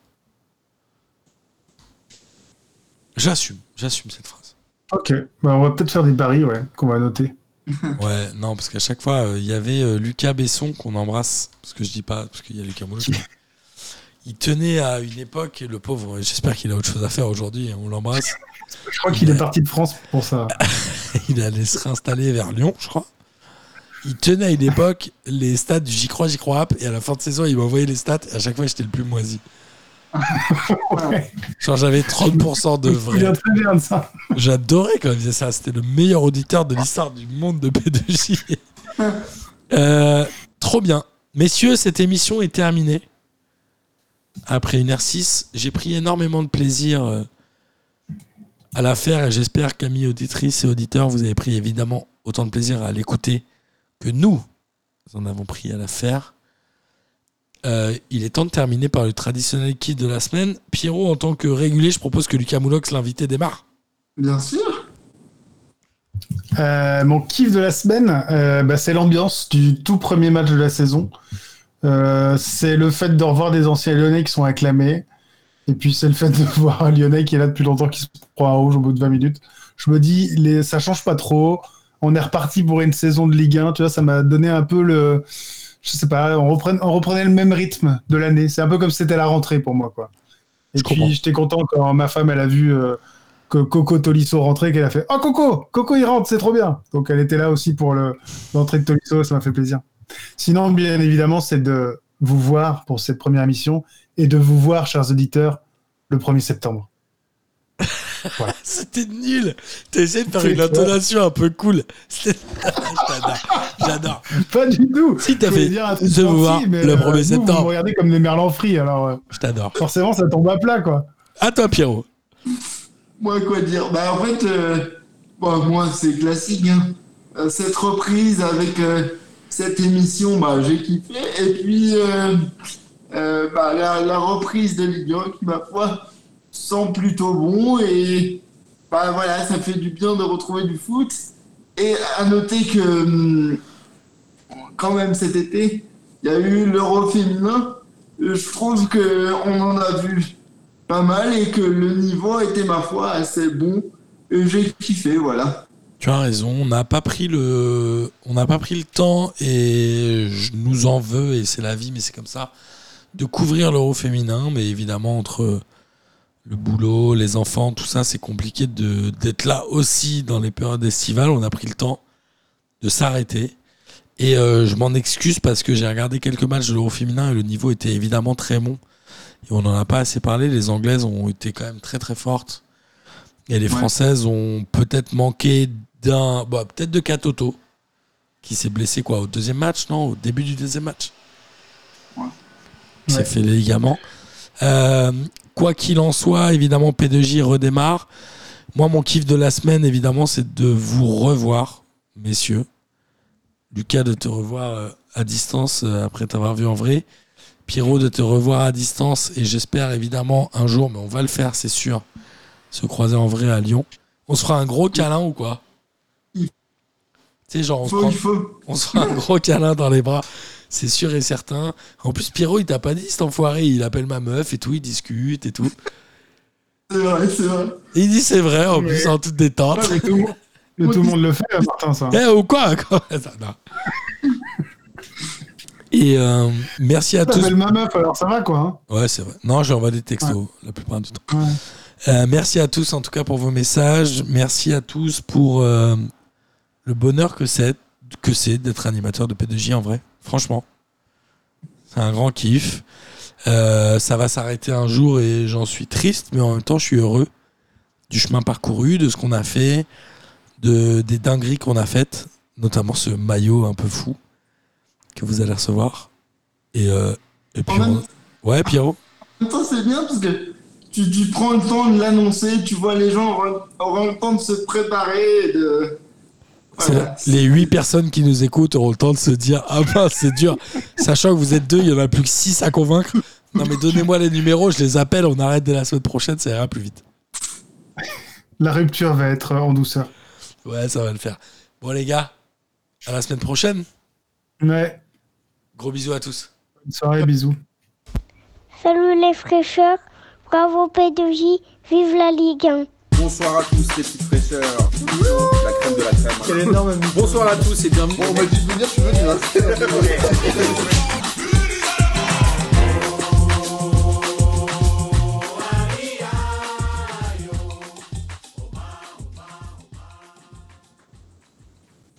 J'assume, j'assume cette phrase. Ok, bah, on va peut-être faire des paris, ouais, qu'on va noter. Ouais, non, parce qu'à chaque fois, il euh, y avait euh, Lucas Besson qu'on embrasse, parce que je dis pas, parce qu'il y a Lucas Moulox. Il tenait à une époque, le pauvre, j'espère qu'il a autre chose à faire aujourd'hui, on l'embrasse. Je crois qu'il Il est a- parti de France pour ça. Il allait se réinstaller vers Lyon, je crois. Il tenait à une époque les stats du J'y crois, J'y crois app, et à la fin de saison, il m'envoyait les stats, et à chaque fois, j'étais le plus moisi. Ouais. Genre, j'avais trente pour cent de Il vrai. vient très bien de ça. J'adorais quand il faisait ça. C'était le meilleur auditeur de l'histoire du monde de P deux J. Euh, trop bien. Messieurs, cette émission est terminée. Après une R six, j'ai pris énormément de plaisir euh, à la faire et j'espère qu'amis auditrices et auditeurs, vous avez pris évidemment autant de plaisir à l'écouter que nous en avons pris à la faire. Euh, il est temps de terminer par le traditionnel kit de la semaine. Pierrot, en tant que régulier, je propose que Lucas Moulox, l'invité, démarre. Bien sûr. Euh, mon kiff de la semaine, euh, bah, c'est l'ambiance du tout premier match de la saison. Euh, c'est le fait de revoir des anciens Lyonnais qui sont acclamés. Et puis c'est le fait de voir un Lyonnais qui est là depuis longtemps qui se prend un rouge au bout de vingt minutes. Je me dis, les, ça change pas trop. On est reparti pour une saison de Ligue un. Tu vois, ça m'a donné un peu le... Je sais pas, on reprenait, on reprenait le même rythme de l'année. C'est un peu comme si c'était la rentrée pour moi, quoi. Et Je puis comprends. j'étais content quand ma femme, elle a vu euh, que Coco Tolisso rentrait, qu'elle a fait « Oh Coco, Coco il rentre, c'est trop bien !» Donc elle était là aussi pour le, l'entrée de Tolisso, ça m'a fait plaisir. Sinon, bien évidemment, c'est de vous voir pour cette première émission et de vous voir, chers auditeurs, le premier septembre. Voilà. C'était nul. T'as essayé de faire C'est une ça. intonation un peu cool. C'était- J'adore. J'adore. Pas du tout. Si, t'as Je voulais fait dire un truc de vous gentil, voir mais, le euh, premier vous, septembre. Vous me regardez comme des merlans frits, alors euh, Je t'adore. forcément, ça tombe à plat, quoi. À toi, Pierrot. Moi, quoi dire? Bah, en fait, euh, bon, moi, c'est classique. Hein. Euh, Cette reprise avec euh, cette émission, bah, j'ai kiffé. Et puis, euh, euh, bah, la, la reprise de Ligue un qui, ma foi, sent plutôt bon. Et bah, voilà, ça fait du bien de retrouver du foot. Et à noter que, hum, quand même, cet été, il y a eu l'Euro féminin. Euh, Je trouve qu'on en a vu pas mal et que le niveau était, ma foi, assez bon. Et j'ai kiffé, voilà. Tu as raison. On n'a pas pris le, on n'a pas pris le temps et je nous en veux et c'est la vie, mais c'est comme ça, de couvrir l'Euro féminin. Mais évidemment, entre le boulot, les enfants, tout ça, c'est compliqué de, d'être là aussi dans les périodes estivales. On a pris le temps de s'arrêter. Et euh, je m'en excuse parce que j'ai regardé quelques matchs de l'Euro féminin et le niveau était évidemment très bon. Et on n'en a pas assez parlé. Les Anglaises ont été quand même très très fortes. Et les Ouais. Françaises ont peut-être manqué d'un... Bah, peut-être de Katoto, qui s'est blessé quoi, au deuxième match, non? Au début du deuxième match. Ouais. Il s'est Ouais. fait les ligaments. Euh, quoi qu'il en soit, évidemment, P deux J redémarre. Moi, mon kiff de la semaine, évidemment, c'est de vous revoir, messieurs. Lucas, de te revoir euh, à distance euh, après t'avoir vu en vrai. Pierrot, de te revoir à distance. Et j'espère évidemment un jour, mais on va le faire, c'est sûr, se croiser en vrai à Lyon. On se fera un gros câlin ou quoi? Tu sais, genre, on se, Faut, prend, il faut. on se fait un gros câlin dans les bras, c'est sûr et certain. En plus, Pierrot, il t'a pas dit, cet enfoiré, il appelle ma meuf et tout, il discute et tout. C'est vrai, c'est vrai. Et il dit c'est vrai, en Mais- plus, en toute détente. Ouais, mais tout, le monde- mais tout le monde le fait, hein, Martin, ça. Eh, ou quoi, quoi Ça, non. Et euh, merci à tous. T'appelles ma meuf, alors ça va, quoi. Hein. Ouais, c'est vrai. Non, j'envoie des textos la plupart du temps. Ouais. Euh, merci à tous, en tout cas, pour vos messages. Merci à tous pour euh, le bonheur que c'est, que c'est d'être animateur de P deux J, en vrai. Franchement. C'est un grand kiff. Euh, ça va s'arrêter un jour et j'en suis triste, mais en même temps, je suis heureux du chemin parcouru, de ce qu'on a fait, de, des dingueries qu'on a faites, notamment ce maillot un peu fou que vous allez recevoir. Et, euh, et puis, En même- on- ouais, Pierrot. En même temps, c'est bien parce que tu, tu prends le temps de l'annoncer, tu vois les gens auront, auront le temps de se préparer et de. C'est Voilà. les huit personnes qui nous écoutent auront le temps de se dire ah ben c'est dur, sachant que vous êtes deux, il y en a plus que six à convaincre. Non mais donnez-moi les numéros, je les appelle, on arrête dès la semaine prochaine, ça ira plus vite. La rupture va être en douceur. Ouais, ça va le faire. Bon les gars, à la semaine prochaine. Ouais. Gros bisous à tous. Bonne soirée, bisous. Salut les fraîcheurs, bravo P deux J, vive la Ligue un. Bonsoir à tous les petites fraîcheurs. La crème de la crème. Quel énorme Bonsoir à tous et bienvenue. Bon, on m'a dit de venir, je suis venu. Hein.